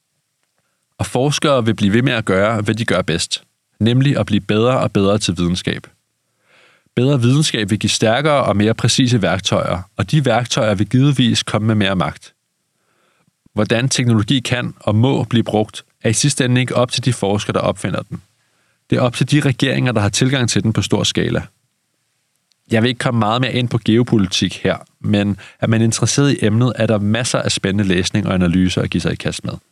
Og forskere vil blive ved med at gøre, hvad de gør bedst, nemlig at blive bedre og bedre til videnskab. Bedre videnskab vil give stærkere og mere præcise værktøjer, og de værktøjer vil givetvis komme med mere magt. Hvordan teknologi kan og må blive brugt, er i sidste ende ikke op til de forskere, der opfinder den. Det er op til de regeringer, der har tilgang til den på stor skala. Jeg vil ikke komme meget mere ind på geopolitik her, men er man interesseret i emnet, er der masser af spændende læsning og analyser at give sig i kast med.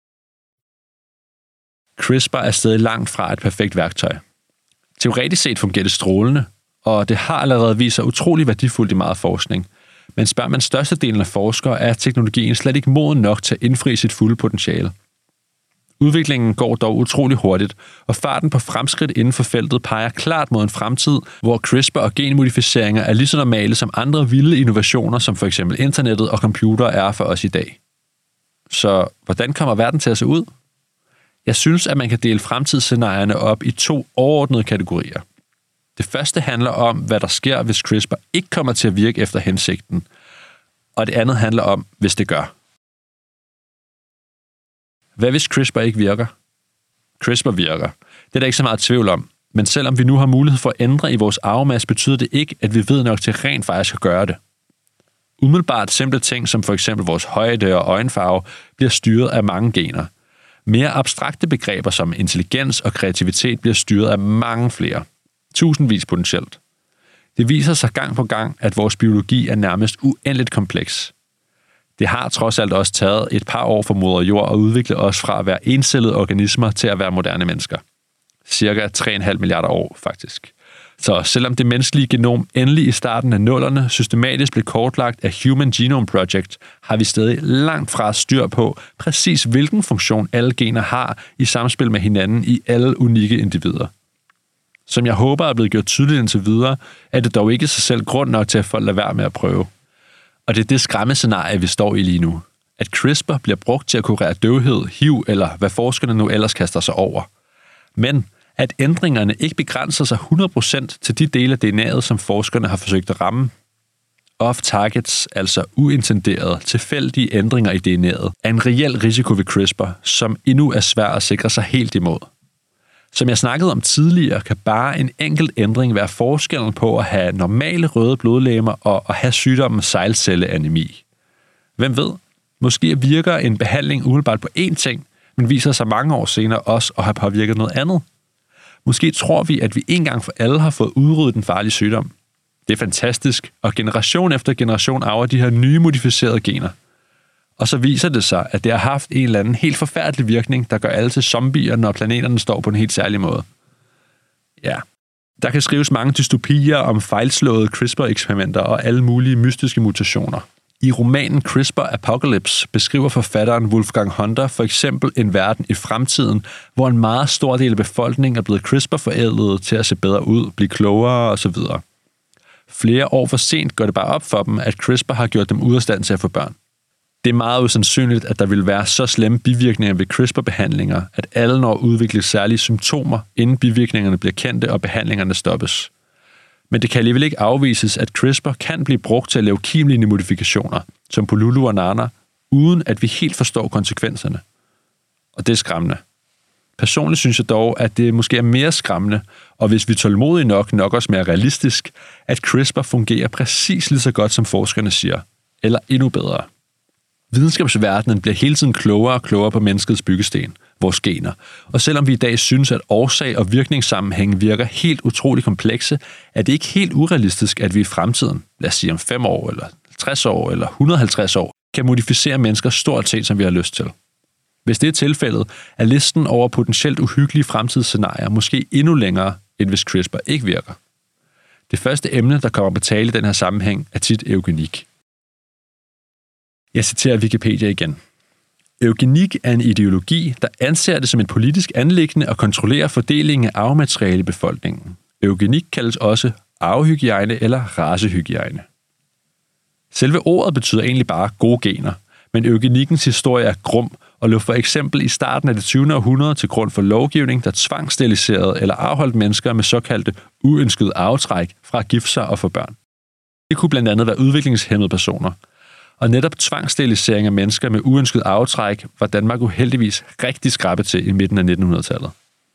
CRISPR er stadig langt fra et perfekt værktøj. Teoretisk set fungerer det strålende, og det har allerede vist sig utrolig værdifuldt i meget forskning. Men spørger man størstedelen af forskere, er teknologien slet ikke moden nok til at indfri sit fulde potentiale. Udviklingen går dog utrolig hurtigt, og farten på fremskridt inden for feltet peger klart mod en fremtid, hvor CRISPR og genmodificeringer er lige så normale som andre vilde innovationer, som for eksempel internettet og computer er for os i dag. Så hvordan kommer verden til at se ud? Jeg synes, at man kan dele fremtidsscenarierne op i to overordnede kategorier. Det første handler om, hvad der sker, hvis CRISPR ikke kommer til at virke efter hensigten, og det andet handler om, hvis det gør. Hvad hvis CRISPR ikke virker? CRISPR virker. Det er der ikke så meget tvivl om, men selvom vi nu har mulighed for at ændre i vores arvemasse, betyder det ikke, at vi ved nok til rent faktisk at gøre det. Umiddelbart simple ting som for eksempel vores højde og øjenfarve bliver styret af mange gener. Mere abstrakte begreber som intelligens og kreativitet bliver styret af mange flere. Tusindvis potentielt. Det viser sig gang på gang, at vores biologi er nærmest uendeligt kompleks. Det har trods alt også taget et par år for moder jord at udvikle os fra at være encellede organismer til at være moderne mennesker. Cirka tre komma fem milliarder år, faktisk. Så selvom det menneskelige genom endelig i starten af nullerne systematisk blev kortlagt af Human Genome Project, har vi stadig langt fra styr på præcis hvilken funktion alle gener har i samspil med hinanden i alle unikke individer. Som jeg håber er blevet gjort tydeligt indtil videre, er det dog ikke sig selv grund nok til at folk lade være med at prøve. Og det er det skræmmescenarie, vi står i lige nu. At CRISPR bliver brugt til at kurere døvhed, H I V eller hvad forskerne nu ellers kaster sig over. Men at ændringerne ikke begrænser sig hundrede procent til de dele af D N A'et, som forskerne har forsøgt at ramme. Off-targets, altså uintenderede, tilfældige ændringer i D N A'et, er en reel risiko ved CRISPR, som endnu er svær at sikre sig helt imod. Som jeg snakkede om tidligere, kan bare en enkelt ændring være forskellen på at have normale røde blodlegemer og at have sygdommen sejlcelleanemi. Hvem ved? Måske virker en behandling umiddelbart på én ting, men viser sig mange år senere også at have påvirket noget andet. Måske tror vi, at vi en gang for alle har fået udryddet den farlige sygdom. Det er fantastisk, og generation efter generation arver de her nye modificerede gener. Og så viser det sig, at det har haft en eller anden helt forfærdelig virkning, der gør alle til zombier, når planeterne står på en helt særlig måde. Ja, der kan skrives mange dystopier om fejlslåede CRISPR-eksperimenter og alle mulige mystiske mutationer. I romanen CRISPR Apocalypse beskriver forfatteren Wolfgang Hunter for eksempel en verden i fremtiden, hvor en meget stor del af befolkningen er blevet CRISPR-forædlet til at se bedre ud, blive klogere osv. Flere år for sent går det bare op for dem, at CRISPR har gjort dem ude af stand til at få børn. Det er meget usandsynligt, at der vil være så slemme bivirkninger ved CRISPR-behandlinger, at alle når udvikler særlige symptomer, inden bivirkningerne bliver kendte og behandlingerne stoppes. Men det kan alligevel ikke afvises, at CRISPR kan blive brugt til at lave kimlignende modifikationer, som på Lulu og Nana, uden at vi helt forstår konsekvenserne. Og det er skræmmende. Personligt synes jeg dog, at det måske er mere skræmmende, og hvis vi er tålmodige nok, nok også mere realistisk, at CRISPR fungerer præcis lige så godt, som forskerne siger, eller endnu bedre. Videnskabsverdenen bliver hele tiden klogere og klogere på menneskets byggesten, vores gener. Og selvom vi i dag synes, at årsag og virkningssammenhæng virker helt utroligt komplekse, er det ikke helt urealistisk, at vi i fremtiden, lad os sige om fem år, eller halvtreds år, eller et hundrede og halvtreds år, kan modificere mennesker stort set, som vi har lyst til. Hvis det er tilfældet, er listen over potentielt uhyggelige fremtidsscenarier måske endnu længere, end hvis CRISPR ikke virker. Det første emne, der kommer på tale i den her sammenhæng, er tit eugenik. Jeg citerer Wikipedia igen. Eugenik er en ideologi, der anser det som et politisk anliggende at kontrollere fordelingen af arvemateriale i befolkningen. Eugenik kaldes også arvehygiejne eller racehygiejne. Selve ordet betyder egentlig bare gode gener, men eugenikkens historie er grum og lå for eksempel i starten af det tyvende århundrede til grund for lovgivning, der tvangsteriliserede eller afholdt mennesker med såkaldte uønskede arvetræk fra at gifte sig og få børn. Det kunne blandt andet være udviklingshæmmede personer. Og netop tvangssterilisering af mennesker med uønsket arvetræk var Danmark uheldigvis rigtig skrappe til i midten af nittenhundredetallet.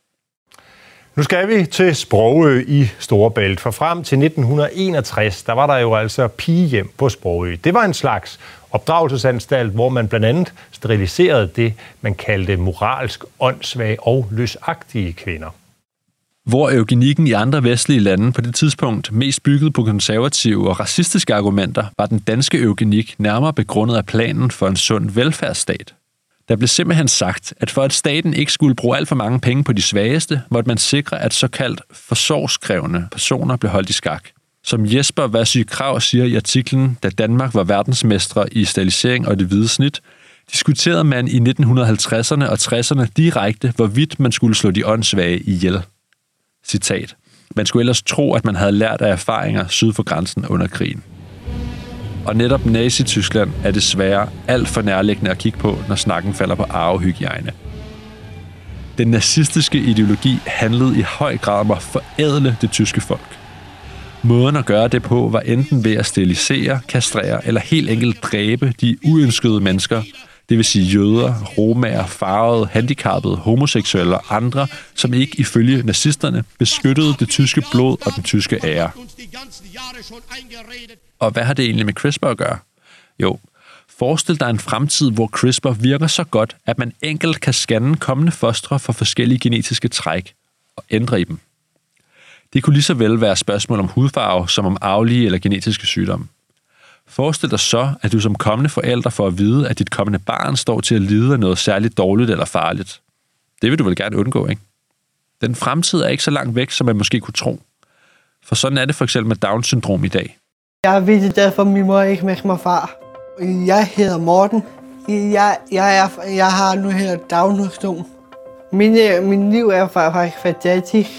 Nu skal vi til Sprogø i Storebælt, for frem til nitten enogtres, der var der jo altså pigehjem på Sprogø. Det var en slags opdragelsesanstalt, hvor man blandt andet steriliserede det, man kaldte moralsk åndssvage og løsagtige kvinder. Hvor eugenikken i andre vestlige lande på det tidspunkt mest byggede på konservative og racistiske argumenter, var den danske eugenik nærmere begrundet af planen for en sund velfærdsstat. Der blev simpelthen sagt, at for at staten ikke skulle bruge alt for mange penge på de svageste, måtte man sikre, at såkaldt forsorgskrævende personer blev holdt i skak. Som Jesper Vassy Krag siger i artiklen, da Danmark var verdensmestre i sterilisering og det hvide snit, diskuterede man i nitten halvtredserne og tresserne direkte, hvorvidt man skulle slå de åndssvage ihjel. Citat. Man skulle ellers tro, at man havde lært af erfaringer syd for grænsen under krigen. Og netop Nazi-Tyskland er desværre alt for nærliggende at kigge på, når snakken falder på arvehygiejne. Den nazistiske ideologi handlede i høj grad om at forædle det tyske folk. Måden at gøre det på var enten ved at sterilisere, kastrere eller helt enkelt dræbe de uønskede mennesker, det vil sige jøder, romaer, farvede, handicappede, homoseksuelle og andre, som ikke ifølge nazisterne beskyttede det tyske blod og den tyske ære. Og hvad har det egentlig med CRISPR at gøre? Jo, forestil dig en fremtid, hvor CRISPR virker så godt, at man enkelt kan scanne kommende fostre for forskellige genetiske træk og ændre i dem. Det kunne lige så vel være spørgsmål om hudfarve, som om arvelige eller genetiske sygdomme. Forestil dig så, at du som kommende forælder får at vide, at dit kommende barn står til at lide af noget særligt dårligt eller farligt. Det vil du vel gerne undgå, ikke? Den fremtid er ikke så langt væk, som man måske kunne tro. For sådan er det for eksempel med Down-syndrom i dag. Jeg ved det derfor, min mor ikke med mig far. Jeg hedder Morten. Jeg, jeg, er, jeg har nu her Down-syndrom. Min, min liv er faktisk fantastisk.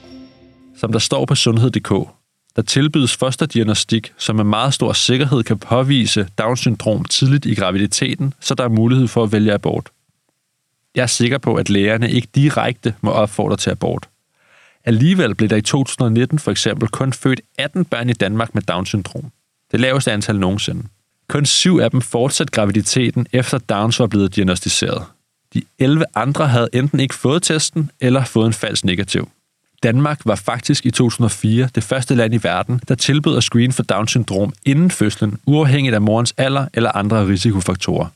Som der står på sundhed punktum d k, der tilbydes fosterdiagnostik, som med meget stor sikkerhed kan påvise Down-syndrom tidligt i graviditeten, så der er mulighed for at vælge abort. Jeg er sikker på, at lægerne ikke direkte må opfordre til abort. Alligevel blev der i to tusind og nitten for eksempel kun født atten børn i Danmark med Down-syndrom. Det laveste antal nogensinde. Kun syv af dem fortsatte graviditeten, efter Downs var blevet diagnosticeret. De elleve andre havde enten ikke fået testen, eller fået en falsk negativ. Danmark var faktisk i to tusind og fire det første land i verden, der tilbød at screene for Down-syndrom inden fødslen, uafhængigt af morens alder eller andre risikofaktorer.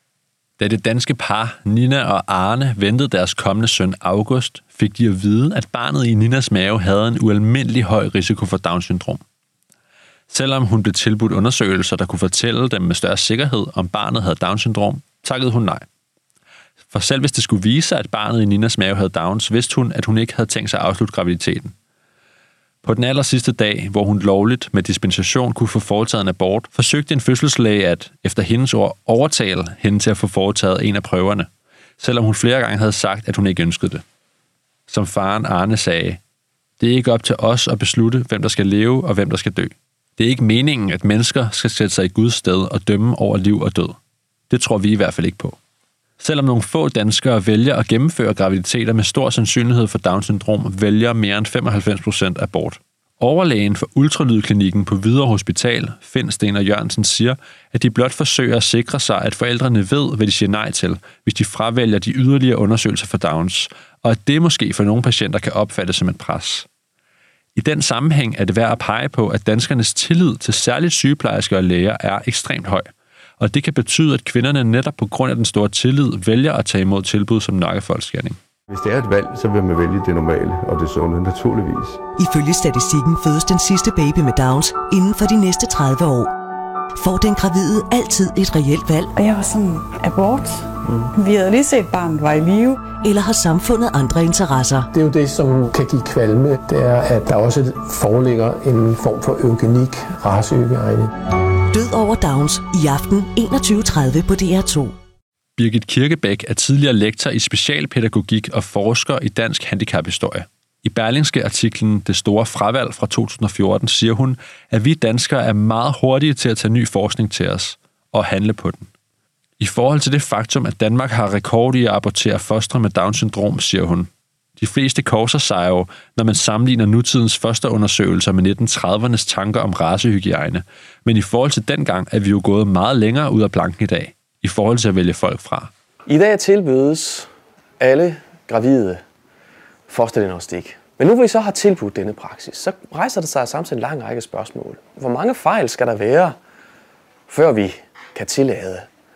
Da det danske par, Nina og Arne, ventede deres kommende søn August, fik de at vide, at barnet i Ninas mave havde en ualmindelig høj risiko for Down-syndrom. Selvom hun blev tilbudt undersøgelser, der kunne fortælle dem med større sikkerhed, om barnet havde Down-syndrom, takkede hun nej. For selv hvis det skulle vise sig, at barnet i Ninas mave havde Downs, vidste hun, at hun ikke havde tænkt sig at afslutte graviditeten. På den aller sidste dag, hvor hun lovligt med dispensation kunne få foretaget en abort, forsøgte en fødselslæge at, efter hendes ord, overtale hende til at få foretaget en af prøverne, selvom hun flere gange havde sagt, at hun ikke ønskede det. Som faren Arne sagde, det er ikke op til os at beslutte, hvem der skal leve og hvem der skal dø. Det er ikke meningen, at mennesker skal sætte sig i Guds sted og dømme over liv og død. Det tror vi i hvert fald ikke på. Selvom nogle få danskere vælger at gennemføre graviditeter med stor sandsynlighed for Down-syndrom, vælger mere end femoghalvfems procent abort. Overlægen for ultralydklinikken på Hvidovre Hospital, Finn Stener Jørgensen, siger, at de blot forsøger at sikre sig, at forældrene ved, hvad de siger nej til, hvis de fravælger de yderligere undersøgelser for Downs, og at det måske for nogle patienter kan opfattes som et pres. I den sammenhæng er det værd at pege på, at danskernes tillid til særligt sygeplejersker og læger er ekstremt høj, og det kan betyde, at kvinderne netop på grund af den store tillid vælger at tage imod tilbud som nakkefoldsscanning. Hvis det er et valg, så vil man vælge det normale og det sunde, naturligvis. Ifølge statistikken fødes den sidste baby med Downs inden for de næste tredive år. Får den gravide altid et reelt valg? Og jeg var sådan, abort? Mm. Vi havde lige set, at barnet var i live. Eller har samfundet andre interesser? Det er jo det, som kan give kvalme. Det er, at der også foreligger en form for eugenik, racehygiejne. Død over Downs i aften enogtyve tredive på D R to. Birgit Kirkebæk er tidligere lektor i specialpædagogik og forsker i dansk handicaphistorie. I Berlingske-artiklen Det store fravalg fra to tusind og fjorten siger hun, at vi danskere er meget hurtige til at tage ny forskning til os og handle på den. I forhold til det faktum, at Danmark har rekord i at abortere fostre med Down-syndrom, siger hun. De fleste korser sig jo, når man sammenligner nutidens fosterundersøgelser med nitten tredivernes tanker om racehygiejne. Men i forhold til dengang er vi jo gået meget længere ud af planken i dag, i forhold til at vælge folk fra. I dag tilbydes alle gravide fosterdiagnostik. Men nu hvor I så har tilbudt denne praksis, så rejser det sig samtidig en lang række spørgsmål. Hvor mange fejl skal der være, før vi kan tillade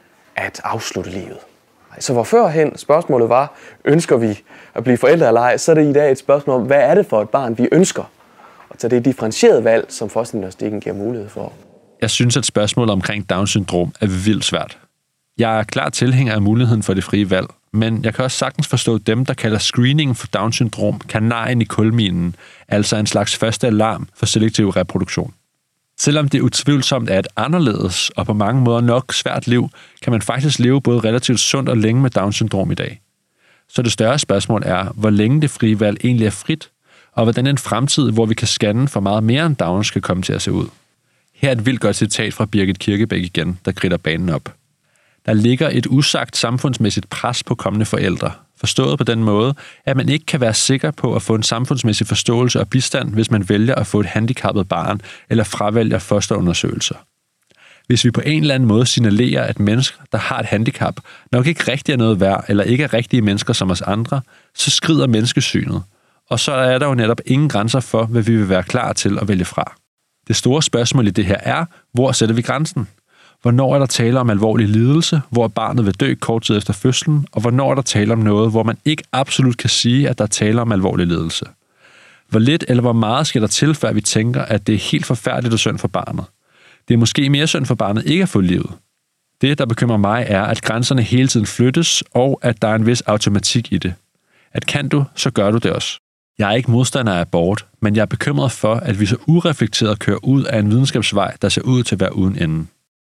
at afslutte livet? Så hvor førhen spørgsmålet var, ønsker vi at blive forældre eller ej, så er det i dag et spørgsmål om, hvad er det for et barn, vi ønsker? Og så det er differentieret valg, som fosterdiagnostikken giver mulighed for. Jeg synes, at spørgsmålet omkring Down-syndrom er vildt svært. Jeg er klar tilhænger af muligheden for det frie valg, men jeg kan også sagtens forstå dem, der kalder screeningen for Down-syndrom kanarien i kulminen, altså en slags første alarm for selektiv reproduktion. Selvom det utvivlsomt er et anderledes og på mange måder nok svært liv, kan man faktisk leve både relativt sundt og længe med Down-syndrom i dag. Så det større spørgsmål er, hvor længe det frie valg egentlig er frit, og hvordan en fremtid, hvor vi kan scanne for meget mere end Downs, skal komme til at se ud. Her er et vildt godt citat fra Birgit Kirkebæk igen, der kridter banen op. Der ligger et usagt samfundsmæssigt pres på kommende forældre, forstået på den måde, at man ikke kan være sikker på at få en samfundsmæssig forståelse og bistand, hvis man vælger at få et handicappet barn eller fravælger fosterundersøgelser. Hvis vi på en eller anden måde signalerer, at mennesker, der har et handicap, nok ikke rigtig er noget værd, eller ikke er rigtige mennesker som os andre, så skrider menneskesynet. Og så er der jo netop ingen grænser for, hvad vi vil være klar til at vælge fra. Det store spørgsmål i det her er, hvor sætter vi grænsen? Hvornår er der tale om alvorlig lidelse, hvor barnet vil dø kort tid efter fødslen, og hvornår er der tale om noget, hvor man ikke absolut kan sige, at der er tale om alvorlig lidelse? Hvor lidt eller hvor meget skal der til, før vi tænker, at det er helt forfærdeligt og synd for barnet? Det er måske mere synd for barnet ikke at få livet. Det, der bekymrer mig, er, at grænserne hele tiden flyttes, og at der er en vis automatik i det. At kan du, så gør du det også. Jeg er ikke modstander af abort, men jeg er bekymret for, at vi så ureflekteret kører ud af en videnskabsvej, der ser ud til at være uden ende.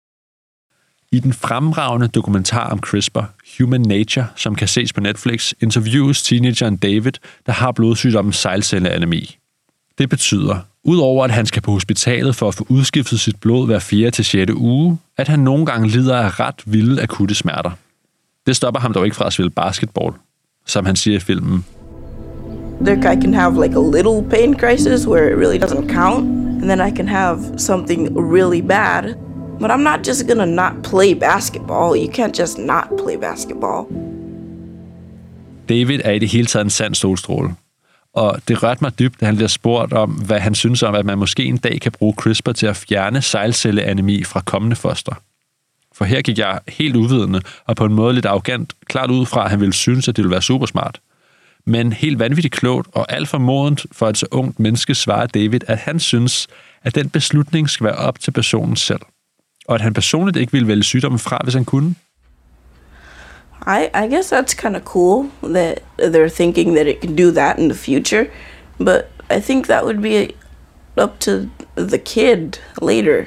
I den fremragende dokumentar om CRISPR, Human Nature, som kan ses på Netflix, interviews teenageren David, der har blodsygdommen sejlcelleanemi. Det betyder, udover at han skal på hospitalet for at få udskiftet sit blod hver fjerde til sjette uge, at han nogle gange lider af ret vilde akutte smerter. Det stopper ham dog ikke fra at spille basketball, som han siger i filmen. I can have like a little pain crisis where it really doesn't count, and then I can have something really bad. But I'm not just gonna not play basketball. You can't just not play basketball. David er i det hele taget en sand solstråle. Og det rørte mig dybt, da han bliver spurgt om, hvad han synes om, at man måske en dag kan bruge CRISPR til at fjerne sejlcelleanemi fra kommende foster. For her gik jeg helt uvidende, og på en måde lidt arrogant, klart ud fra, at han ville synes, at det ville være supersmart. Men helt vanvittigt klogt og alt for modent for et så ungt menneske svarer David, at han synes, at den beslutning skal være op til personen selv. Og at han personligt ikke ville vælge sygdommen fra, hvis han kunne. I, I guess that's kind of cool that they're thinking that it can do that in the future. But I think that would be up to the kid later.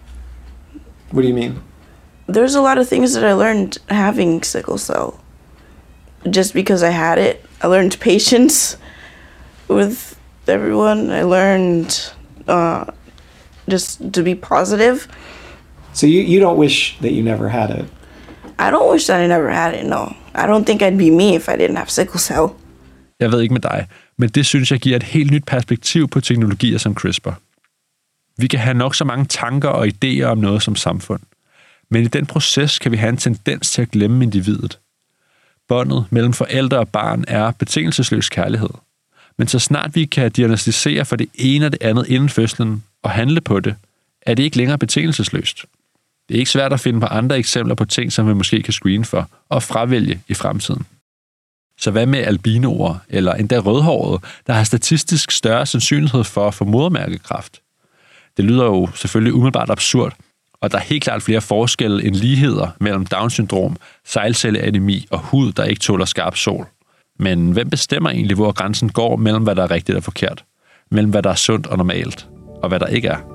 What do you mean? There's a lot of things that I learned having sickle cell. Just because I had it, I learned patience with everyone. I learned uh, just to be positive. So you, you don't wish that you never had it? I don't wish that I never had it, no. I don't think I'd be me if I didn't have sickle cell. Jeg ved ikke med dig, men det synes jeg giver et helt nyt perspektiv på teknologier som CRISPR. Vi kan have nok så mange tanker og idéer om noget som samfund, men i den proces kan vi have en tendens til at glemme individet. Båndet mellem forældre og barn er betingelsesløs kærlighed. Men så snart vi kan diagnostisere for det ene og det andet inden fødslen og handle på det, er det ikke længere betingelsesløst. Det er ikke svært at finde på andre eksempler på ting, som vi måske kan screene for og fravælge i fremtiden. Så hvad med albinoer eller endda rødhårede, der har statistisk større sandsynlighed for at få modermærkekræft? Det lyder jo selvfølgelig umiddelbart absurd, og der er helt klart flere forskelle end ligheder mellem Down-syndrom, sejlcelleanemi og hud, der ikke tåler skarp sol. Men hvem bestemmer egentlig, hvor grænsen går mellem, hvad der er rigtigt og forkert? Mellem hvad der er sundt og normalt, og hvad der ikke er?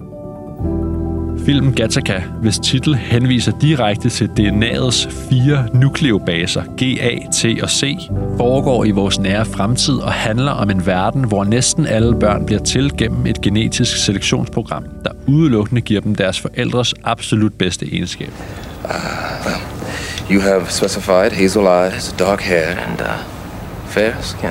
Filmen Gattaca, hvis titel henviser direkte til D N A'ets fire nukleobaser, G, A, T og C, foregår i vores nære fremtid og handler om en verden, hvor næsten alle børn bliver til gennem et genetisk selektionsprogram, der udelukkende giver dem deres forældres absolut bedste egenskab. Uh, well, you have specified hazel eyes, dark hair and uh, fair skin.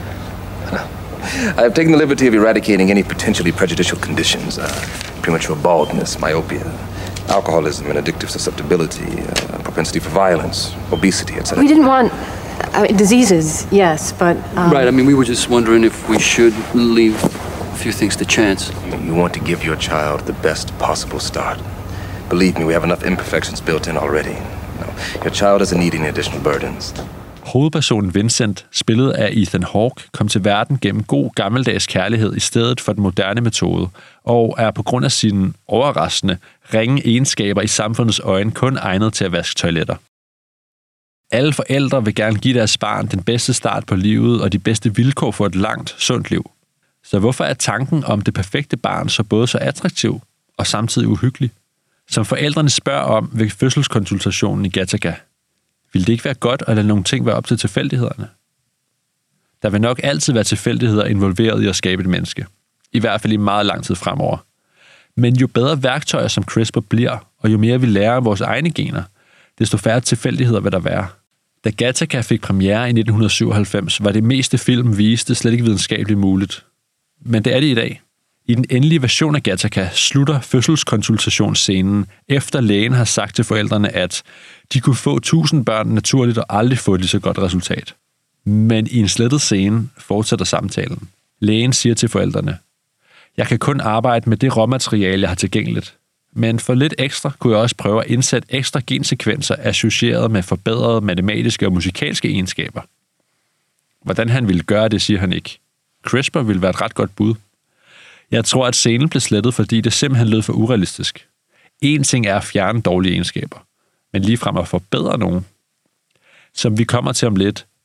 I have taken the liberty of eradicating any potentially prejudicial conditions. Uh, premature baldness, myopia, alcoholism and addictive susceptibility, uh, propensity for violence, obesity, et cetera. We didn't want I mean, diseases, yes, but... Um... Right, I mean, we were just wondering if we should leave a few things to chance. You want to give your child the best possible start. Believe me, we have enough imperfections built in already. No, your child doesn't need any additional burdens. Hovedpersonen Vincent, spillet af Ethan Hawke, kom til verden gennem god gammeldags kærlighed i stedet for den moderne metode, og er på grund af sine overraskende, ringe egenskaber i samfundets øjne kun egnet til at vaske toiletter. Alle forældre vil gerne give deres barn den bedste start på livet og de bedste vilkår for et langt, sundt liv. Så hvorfor er tanken om det perfekte barn så både så attraktiv og samtidig uhyggelig? Som forældrene spørger om ved fødselskonsultationen i Gattaca. Vil det ikke være godt at lade nogle ting være op til tilfældighederne? Der vil nok altid være tilfældigheder involveret i at skabe et menneske. I hvert fald i meget lang tid fremover. Men jo bedre værktøjer som CRISPR bliver, og jo mere vi lærer af vores egne gener, desto færre tilfældigheder vil der være. Da Gattaca fik premiere i nitten syvoghalvfems, var det meste film viste slet ikke videnskabeligt muligt. Men det er det i dag. I den endelige version af Gattaca slutter fødselskonsultationsscenen, efter lægen har sagt til forældrene, at de kunne få tusind børn naturligt og aldrig få et lige så godt resultat. Men i en slettet scene fortsætter samtalen. Lægen siger til forældrene, jeg kan kun arbejde med det råmateriale, jeg har tilgængeligt. Men for lidt ekstra kunne jeg også prøve at indsætte ekstra gensekvenser associeret med forbedrede matematiske og musikalske egenskaber. Hvordan han ville gøre det, siger han ikke. CRISPR ville være et ret godt bud. Jeg tror, at scenen blev slettet, fordi det simpelthen lød for urealistisk. En ting er at fjerne dårlige egenskaber, men ligefrem at forbedre nogen. Som vi kommer til om lidt,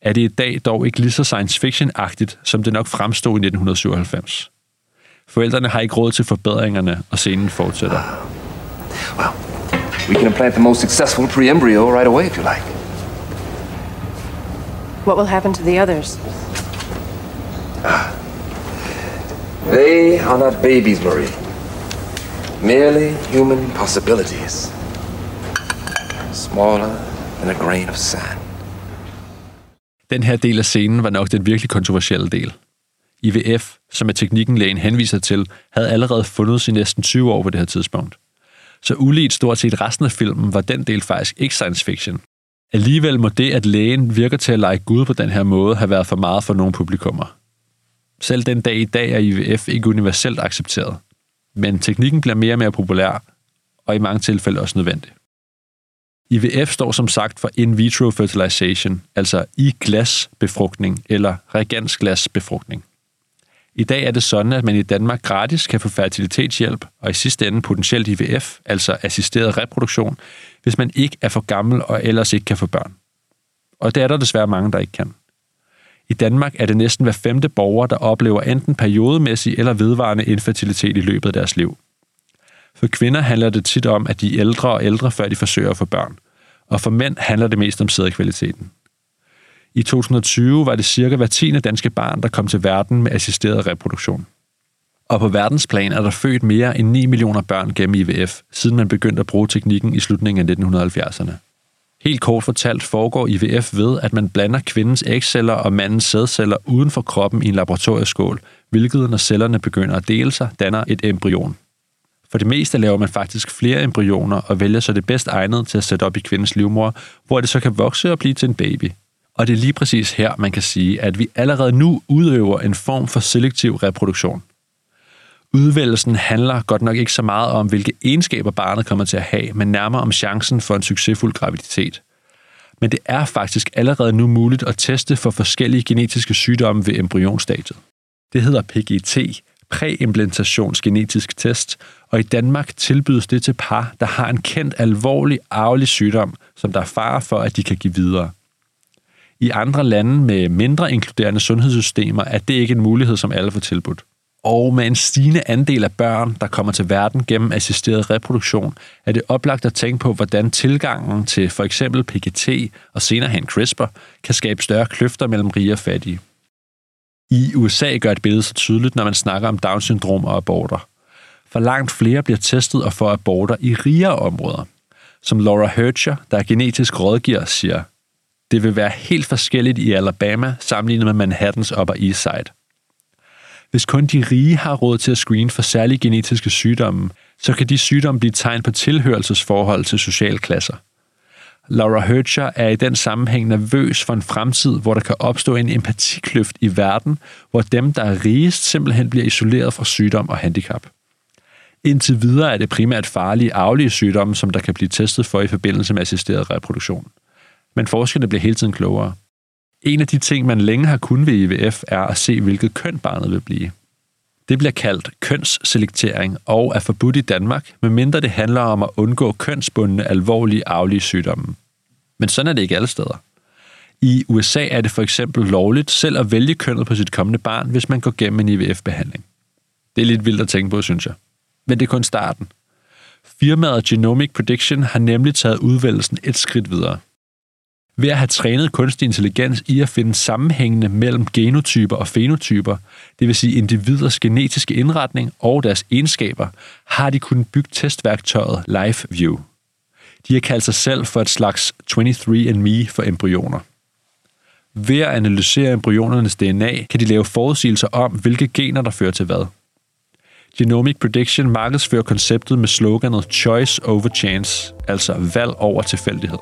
er det i dag dog ikke lige så science fiction-agtigt, som det nok fremstod i nitten syvoghalvfems. Forældrene har ikke råd til forbedringerne, og scenen fortsætter. Well, we can implant the most successful pre-embryo right away, if you like. What will happen to the others? They are not babies, Marie. Merely human possibilities. Smaller than a grain of sand. Den her del af scenen var nok den virkelig kontroversielle del. I V F, som er teknikken lægen henviser til, havde allerede fundet i næsten tyve år på det her tidspunkt. Så uligt stort set resten af filmen var den del faktisk ikke science fiction. Alligevel må det, at lægen virker til at lege Gud på den her måde, have været for meget for nogle publikummer. Selv den dag i dag er I V F ikke universelt accepteret. Men teknikken bliver mere og mere populær, og i mange tilfælde også nødvendig. I V F står som sagt for in vitro fertilization, altså i glasbefrugtning eller reagensglasbefrugtning. I dag er det sådan, at man i Danmark gratis kan få fertilitetshjælp, og i sidste ende potentielt I V F, altså assisteret reproduktion, hvis man ikke er for gammel og ellers ikke kan få børn. Og det er der desværre mange, der ikke kan. I Danmark er det næsten hver femte borger, der oplever enten periodemæssig eller vedvarende infertilitet i løbet af deres liv. For kvinder handler det tit om, at de er ældre og ældre, før de forsøger at få børn. Og for mænd handler det mest om sædkvaliteten. I to tusind og tyve var det cirka hver tiende danske barn, der kom til verden med assisteret reproduktion. Og på verdensplan er der født mere end ni millioner børn gennem I V F, siden man begyndte at bruge teknikken i slutningen af nitten halvfjerdserne. Helt kort fortalt foregår I V F ved, at man blander kvindens ægceller og mandens sædceller uden for kroppen i en laboratorieskål, hvilket, når cellerne begynder at dele sig, danner et embryon. For det meste laver man faktisk flere embryoner og vælger så det bedst egnede til at sætte op i kvindens livmor, hvor det så kan vokse og blive til en baby. Og det er lige præcis her, man kan sige, at vi allerede nu udøver en form for selektiv reproduktion. Udvælgelsen handler godt nok ikke så meget om, hvilke egenskaber barnet kommer til at have, men nærmere om chancen for en succesfuld graviditet. Men det er faktisk allerede nu muligt at teste for forskellige genetiske sygdomme ved embryonstadiet. Det hedder P G T, præimplantationsgenetisk test, og i Danmark tilbydes det til par, der har en kendt alvorlig arvelig sygdom, som der er fare for, at de kan give videre. I andre lande med mindre inkluderende sundhedssystemer er det ikke en mulighed, som alle får tilbudt. Og med en stigende andel af børn, der kommer til verden gennem assisteret reproduktion, er det oplagt at tænke på, hvordan tilgangen til for eksempel P G T og senere hen CRISPR kan skabe større kløfter mellem rige og fattige. I U S A gør det billede så tydeligt, når man snakker om Down-syndrom og aborter. For langt flere bliver testet og får aborter i rigere områder. Som Laura Hercher, der er genetisk rådgiver, siger, det vil være helt forskelligt i Alabama sammenlignet med Manhattans Upper East Side. Hvis kun de rige har råd til at screene for særlige genetiske sygdomme, så kan de sygdomme blive tegn på tilhørelsesforhold til sociale klasser. Laura Hercher er i den sammenhæng nervøs for en fremtid, hvor der kan opstå en empatikløft i verden, hvor dem, der er rigest, simpelthen bliver isoleret fra sygdom og handicap. Indtil videre er det primært farlige arvelige sygdomme, som der kan blive testet for i forbindelse med assisteret reproduktion. Men forskerne bliver hele tiden klogere. En af de ting, man længe har kunnet ved I V F, er at se, hvilket køn barnet vil blive. Det bliver kaldt kønsselektering og er forbudt i Danmark, medmindre det handler om at undgå kønsbundne alvorlige arvelige sygdomme. Men sådan er det ikke alle steder. I U S A er det for eksempel lovligt selv at vælge kønnet på sit kommende barn, hvis man går gennem en I V F-behandling. Det er lidt vildt at tænke på, synes jeg. Men det er kun starten. Firmaet Genomic Prediction har nemlig taget udvælgelsen et skridt videre. Ved at have trænet kunstig intelligens i at finde sammenhængende mellem genotyper og fenotyper, det vil sige individers genetiske indretning og deres egenskaber, har de kunnet bygge testværktøjet LiveView. De har kaldt sig selv for et slags twenty-three and me for embryoner. Ved at analysere embryonernes D N A, kan de lave forudsigelser om, hvilke gener der fører til hvad. Genomic Prediction markedsfører konceptet med sloganet Choice over Chance, altså valg over tilfældighed.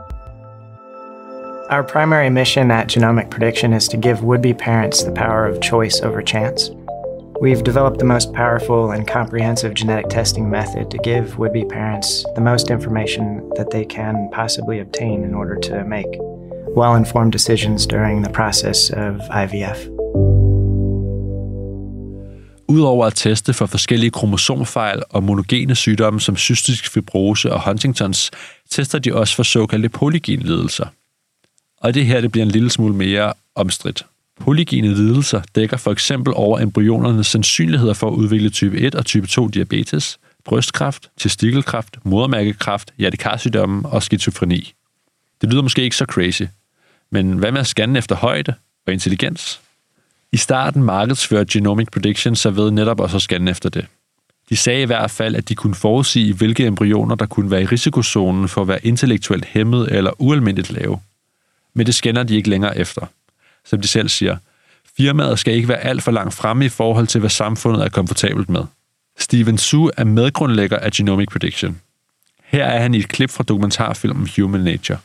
Our primary mission at Genomic Prediction is to give would-be parents the power of choice over chance. We've developed the most powerful and comprehensive genetic testing method to give would-be parents the most information that they can possibly obtain in order to make well-informed decisions during the process of I V F. Udover at teste for forskellige kromosomfejl og monogene sygdomme som cystisk fibrose og Huntingtons, tester de også for såkaldte polygenlidelser. Og det her det bliver en lille smule mere omstridt. Polygene lidelser dækker for eksempel over embryonernes sandsynligheder for at udvikle type et og type to diabetes, brystkræft, testikelkræft, modermærkekræft, hjertekarsygdomme og skizofreni. Det lyder måske ikke så crazy, men hvad med at scanne efter højde og intelligens? I starten markedsførte Genomic Prediction sig ved netop også at scanne efter det. De sagde i hvert fald, at de kunne forudsige, hvilke embryoner, der kunne være i risikozonen for at være intellektuelt hæmmet eller ualmindeligt lave. Men det scanner de ikke længere efter. Som de selv siger, firmaet skal ikke være alt for langt fremme i forhold til, hvad samfundet er komfortabelt med. Steven Su er medgrundlægger af Genomic Prediction. Her er han i et klip fra dokumentarfilmen Human Nature.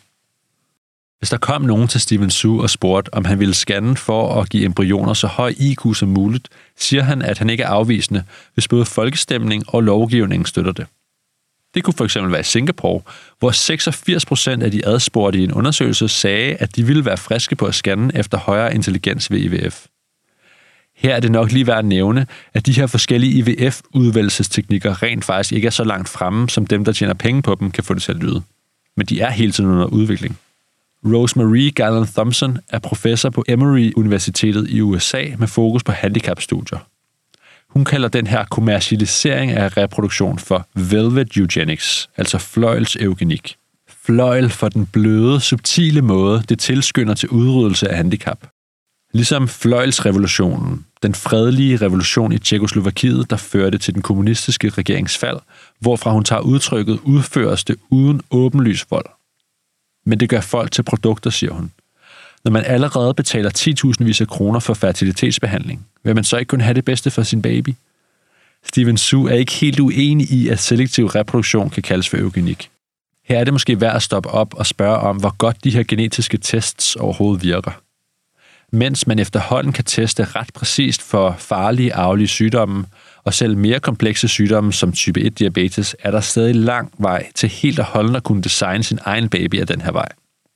Hvis der kom nogen til Steven Su og spurgte, om han ville scanne for at give embryoner så høj I Q som muligt, siger han, at han ikke er afvisende, hvis både folkestemning og lovgivning støtter det. Det kunne for eksempel være i Singapore, hvor seksogfirs procent af de adspurgte i en undersøgelse sagde, at de ville være friske på at scanne efter højere intelligens ved I V F. Her er det nok lige værd at nævne, at de her forskellige I V F-udvælgelsesteknikker rent faktisk ikke er så langt fremme, som dem, der tjener penge på dem, kan få det til at lyde. Men de er hele tiden under udvikling. Rosemarie Galland-Thompson er professor på Emory Universitetet i U S A med fokus på handicapstudier. Hun kalder den her kommercialisering af reproduktion for velvet eugenics, altså fløjelseugenik. Fløjl for den bløde, subtile måde, det tilskynder til udryddelse af handicap. Ligesom fløjelsrevolutionen, den fredelige revolution i Tjekkoslovakiet, der førte til den kommunistiske regeringsfald, hvorfra hun tager udtrykket udføres det uden åbenlys vold. Men det gør folk til produkter, siger hun. Når man allerede betaler ti tusindvis af kroner for fertilitetsbehandling, vil man så ikke kun have det bedste for sin baby? Steven Su er ikke helt uenig i, at selektiv reproduktion kan kaldes for eugenik. Her er det måske værd at stoppe op og spørge om, hvor godt de her genetiske tests overhovedet virker. Mens man efterhånden kan teste ret præcist for farlige arvelige sygdomme, og selv mere komplekse sygdomme som type et diabetes, er der stadig lang vej til helt og holdent at kunne designe sin egen baby af den her vej.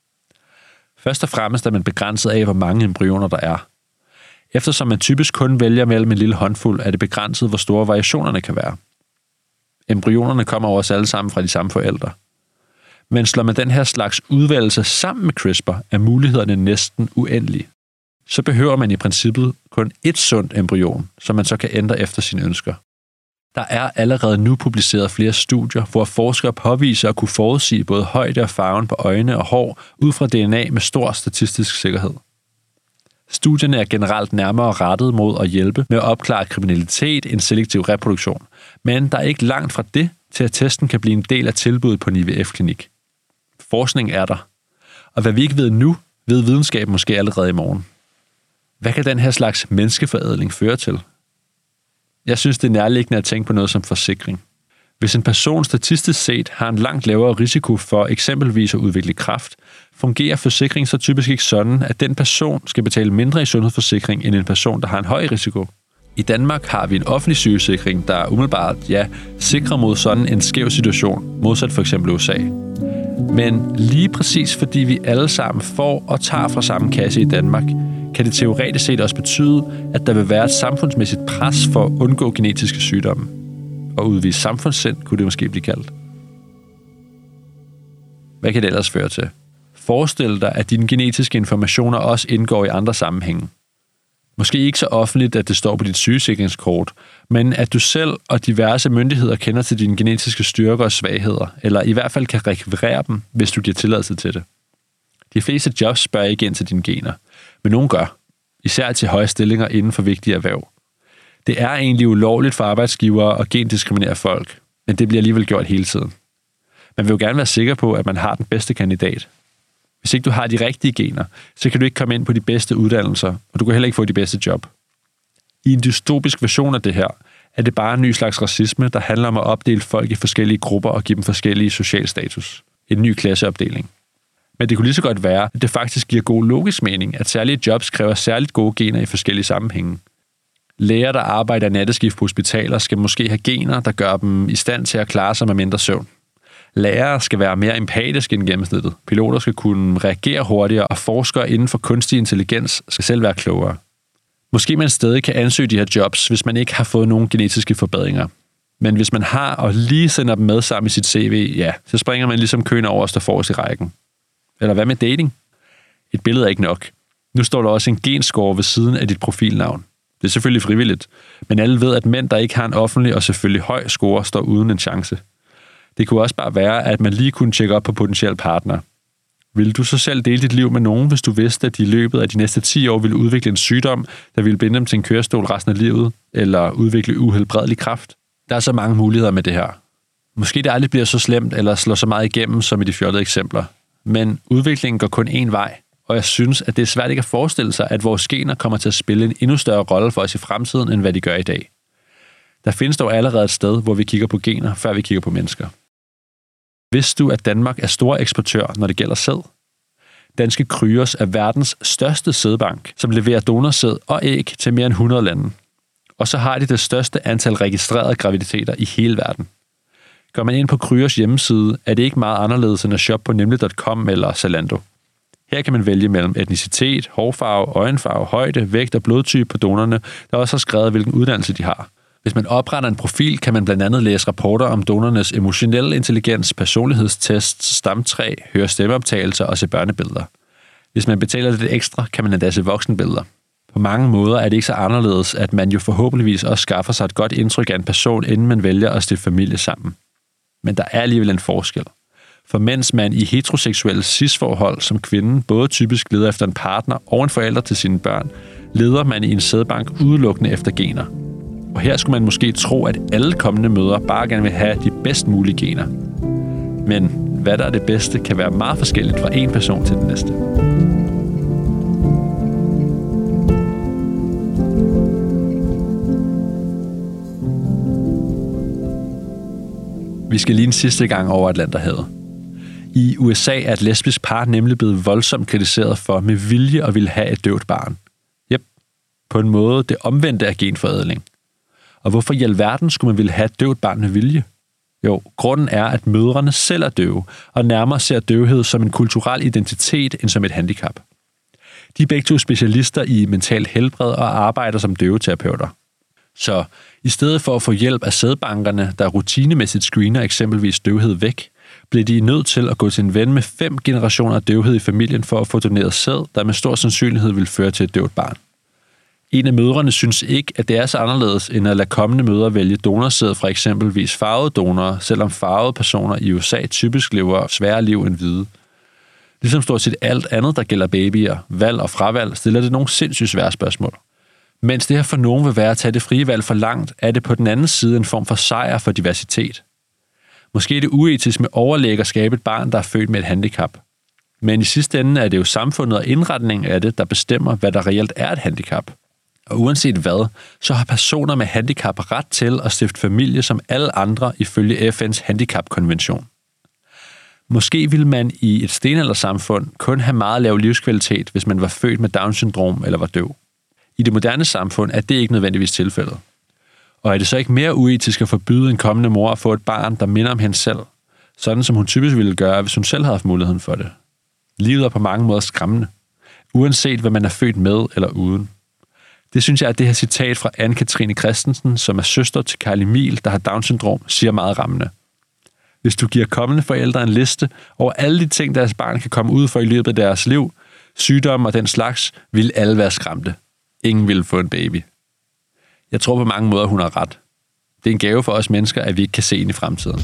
Først og fremmest er man begrænset af, hvor mange embryoner der er. Eftersom man typisk kun vælger mellem en lille håndfuld, er det begrænset, hvor store variationerne kan være. Embryonerne kommer over os alle sammen fra de samme forældre. Men slår man den her slags udvælgelse sammen med CRISPR, er mulighederne næsten uendelige. Så behøver man i princippet kun et sundt embryon, som man så kan ændre efter sine ønsker. Der er allerede nu publiceret flere studier, hvor forskere påviser at kunne forudsige både højde og farven på øjne og hår ud fra D N A med stor statistisk sikkerhed. Studierne er generelt nærmere rettet mod at hjælpe med at opklare kriminalitet end selektiv reproduktion, men der er ikke langt fra det til, at testen kan blive en del af tilbuddet på en I V F-klinik. Forskning er der, og hvad vi ikke ved nu, ved videnskaben måske allerede i morgen. Hvad kan den her slags menneskeforædling føre til? Jeg synes, det er nærliggende at tænke på noget som forsikring. Hvis en person statistisk set har en langt lavere risiko for eksempelvis at udvikle kræft, fungerer forsikring så typisk ikke sådan, at den person skal betale mindre i sundhedsforsikring end en person, der har en høj risiko. I Danmark har vi en offentlig sygesikring, der umiddelbart, ja, sikrer mod sådan en skæv situation, modsat for eksempel U S A. Men lige præcis fordi vi alle sammen får og tager fra samme kasse i Danmark, kan det teoretisk set også betyde, at der vil være et samfundsmæssigt pres for at undgå genetiske sygdomme. Og udvise samfundssind kunne det måske blive kaldt. Hvad kan det ellers føre til? Forestil dig, at dine genetiske informationer også indgår i andre sammenhænge. Måske ikke så offentligt, at det står på dit sygesikringskort, men at du selv og diverse myndigheder kender til dine genetiske styrker og svagheder, eller i hvert fald kan rekvirere dem, hvis du giver tilladelse til det. De fleste jobs spørger ikke ind til dine gener, men nogen gør, især til høje stillinger inden for vigtige erhverv. Det er egentlig ulovligt for arbejdsgivere at gendiskriminere folk, men det bliver alligevel gjort hele tiden. Man vil jo gerne være sikker på, at man har den bedste kandidat. Hvis ikke du har de rigtige gener, så kan du ikke komme ind på de bedste uddannelser, og du kan heller ikke få de bedste job. I en dystopisk version af det her, er det bare en ny slags racisme, der handler om at opdele folk i forskellige grupper og give dem forskellige social status. En ny klasseopdeling. Men det kunne lige så godt være, at det faktisk giver god logisk mening, at særlige jobs kræver særligt gode gener i forskellige sammenhænge. Læger, der arbejder i natteskift på hospitaler, skal måske have gener, der gør dem i stand til at klare sig med mindre søvn. Lærere skal være mere empatiske end gennemsnittet. Piloter skal kunne reagere hurtigere, og forskere inden for kunstig intelligens skal selv være klogere. Måske man stadig kan ansøge de her jobs, hvis man ikke har fået nogen genetiske forbedringer. Men hvis man har og lige sender dem med sammen i sit C V, ja, så springer man ligesom køen over og står forrest i rækken. Eller hvad med dating? Et billede er ikke nok. Nu står der også en genscore ved siden af dit profilnavn. Det er selvfølgelig frivilligt, men alle ved, at mænd, der ikke har en offentlig og selvfølgelig høj score, står uden en chance. Det kunne også bare være, at man lige kunne tjekke op på potentiel partner. Vil du så selv dele dit liv med nogen, hvis du vidste, at de i løbet af de næste ti år ville udvikle en sygdom, der ville binde dem til en kørestol resten af livet, eller udvikle uhelbredelig kræft? Der er så mange muligheder med det her. Måske det aldrig bliver så slemt, eller slår så meget igennem, som i de fjollede eksempler. Men udviklingen går kun én vej, og jeg synes, at det er svært ikke at forestille sig, at vores gener kommer til at spille en endnu større rolle for os i fremtiden, end hvad de gør i dag. Der findes dog allerede et sted, hvor vi kigger på gener, før vi kigger på mennesker. Vidste du, at Danmark er stor eksportør, når det gælder sæd? Danske Kryos er verdens største sædbank, som leverer donorsæd og æg til mere end hundrede lande. Og så har de det største antal registrerede graviditeter i hele verden. Går man ind på Kryos hjemmeside, er det ikke meget anderledes end at shoppe på nemlig punktum com eller Zalando. Her kan man vælge mellem etnicitet, hårfarve, øjenfarve, højde, vægt og blodtype på donorerne, der også har skrevet, hvilken uddannelse de har. Hvis man opretter en profil, kan man blandt andet læse rapporter om donornes emotionelle intelligens, personlighedstests, stamtræ, høre stemmeoptagelser og se børnebilleder. Hvis man betaler lidt ekstra, kan man endda se voksenbilleder. På mange måder er det ikke så anderledes, at man jo forhåbentligvis også skaffer sig et godt indtryk af en person, inden man vælger at stifte familie sammen. Men der er alligevel en forskel. For mens man i heteroseksuelle cis-forhold som kvinde både typisk leder efter en partner og en forælder til sine børn, leder man i en sædbank udelukkende efter gener. Og her skulle man måske tro, at alle kommende mødre bare gerne vil have de bedst mulige gener. Men hvad der er det bedste, kan være meget forskelligt fra en person til den næste. Vi skal lige en sidste gang over Atlanterhavet. I U S A er et lesbisk par nemlig blevet voldsomt kritiseret for med vilje at ville have et døvt barn. Jep, på en måde det omvendte af genforædling. Og hvorfor i alverden skulle man ville have et døvt barn med vilje? Jo, grunden er, at mødrene selv er døve, og nærmere ser døvhed som en kulturel identitet end som et handicap. De er begge to specialister i mental helbred og arbejder som døveterapeuter. Så i stedet for at få hjælp af sædbankerne, der rutinemæssigt screener eksempelvis døvhed væk, blev de nødt til at gå til en ven med fem generationer af døvhed i familien for at få doneret sæd, der med stor sandsynlighed vil føre til et døvt barn. En af mødrene synes ikke, at det er så anderledes, end at lade kommende mødre vælge donorsæd fra eksempelvis farvede donorer, selvom farvede personer i U S A typisk lever sværere liv end hvide. Ligesom stort set alt andet, der gælder babyer, valg og fravalg, stiller det nogle sindssygt svære spørgsmål. Mens det her for nogen vil være at tage det frie valg for langt, er det på den anden side en form for sejr for diversitet. Måske er det uetisk med overlæg at skabe et barn, der er født med et handicap. Men i sidste ende er det jo samfundet og indretningen af det, der bestemmer, hvad der reelt er et handicap. Og uanset hvad, så har personer med handicap ret til at stifte familie som alle andre ifølge F N's handicapkonvention. Måske ville man i et stenaldersamfund kun have meget lav livskvalitet, hvis man var født med Down-syndrom eller var døv. I det moderne samfund er det ikke nødvendigvis tilfældet. Og er det så ikke mere uetisk at forbyde en kommende mor at få et barn, der minder om hende selv, sådan som hun typisk ville gøre, hvis hun selv havde haft muligheden for det? Livet er på mange måder skræmmende, uanset hvad man er født med eller uden. Det synes jeg, at det her citat fra Anne-Katrine Christensen, som er søster til Carl Emil, der har Down-syndrom, siger meget rammende. Hvis du giver kommende forældre en liste over alle de ting, deres barn kan komme ud for i løbet af deres liv, sygdomme og den slags, vil alle være skræmte. Ingen vil få en baby. Jeg tror på mange måder, hun har ret. Det er en gave for os mennesker, at vi ikke kan se ind i fremtiden.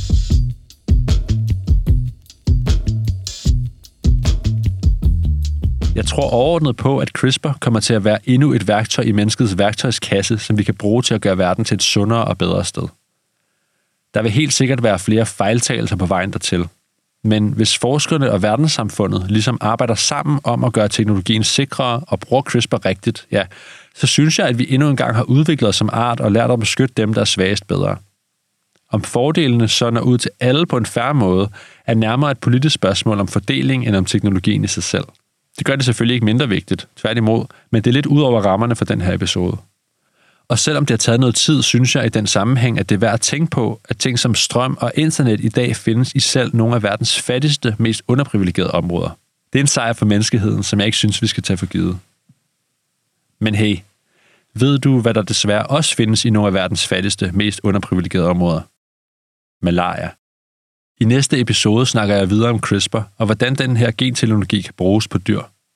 Jeg tror overordnet på, at CRISPR kommer til at være endnu et værktøj i menneskets værktøjskasse, som vi kan bruge til at gøre verden til et sundere og bedre sted. Der vil helt sikkert være flere fejltagelser på vejen dertil. Men hvis forskerne og verdenssamfundet ligesom arbejder sammen om at gøre teknologien sikrere og bruger CRISPR rigtigt, ja, så synes jeg, at vi endnu engang har udviklet os som art og lært at beskytte dem, der er svagest bedre. Om fordelene så når ud til alle på en fair måde, er nærmere et politisk spørgsmål om fordeling end om teknologien i sig selv. Det gør det selvfølgelig ikke mindre vigtigt, tværtimod, men det er lidt ud over rammerne for den her episode. Og selvom det har taget noget tid, synes jeg i den sammenhæng, at det er værd at tænke på, at ting som strøm og internet i dag findes i selv nogle af verdens fattigste, mest underprivilegerede områder. Det er en sejr for menneskeheden, som jeg ikke synes, vi skal tage for givet. Men hey, ved du, hvad der desværre også findes i nogle af verdens fattigste, mest underprivilegerede områder? Malaria. I næste episode snakker jeg videre om CRISPR, og hvordan den her genteknologi kan bruges på dyr.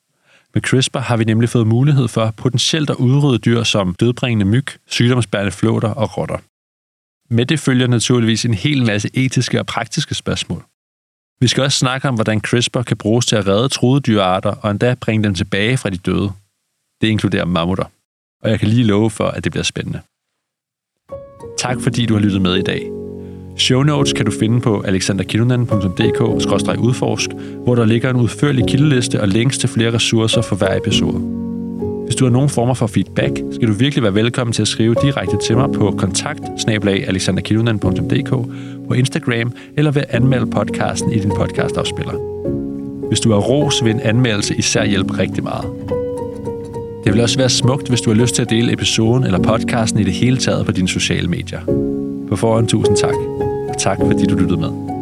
Med CRISPR har vi nemlig fået mulighed for potentielt at udrydde dyr som dødbringende myg, sygdomsbærende flåter og rotter. Med det følger naturligvis en hel masse etiske og praktiske spørgsmål. Vi skal også snakke om, hvordan CRISPR kan bruges til at redde truede dyrearter og endda bringe dem tilbage fra de døde. Det inkluderer mammutter. Og jeg kan lige love for, at det bliver spændende. Tak fordi du har lyttet med i dag. Show notes kan du finde på alexanderkilunan punktum d k skråstreg udforsk, hvor der ligger en udførlig kildeliste og links til flere ressourcer for hver episode. Hvis du har nogen former for feedback, skal du virkelig være velkommen til at skrive direkte til mig på kontakt snabel-a alexanderkilunan punktum d k på Instagram eller ved at anmelde podcasten i din podcastafspiller. Hvis du har ros, vil en anmeldelse især hjælpe rigtig meget. Det vil også være smukt, hvis du har lyst til at dele episoden eller podcasten i det hele taget på dine sociale medier. På forhånd tusind tak, og tak fordi du lyttede med.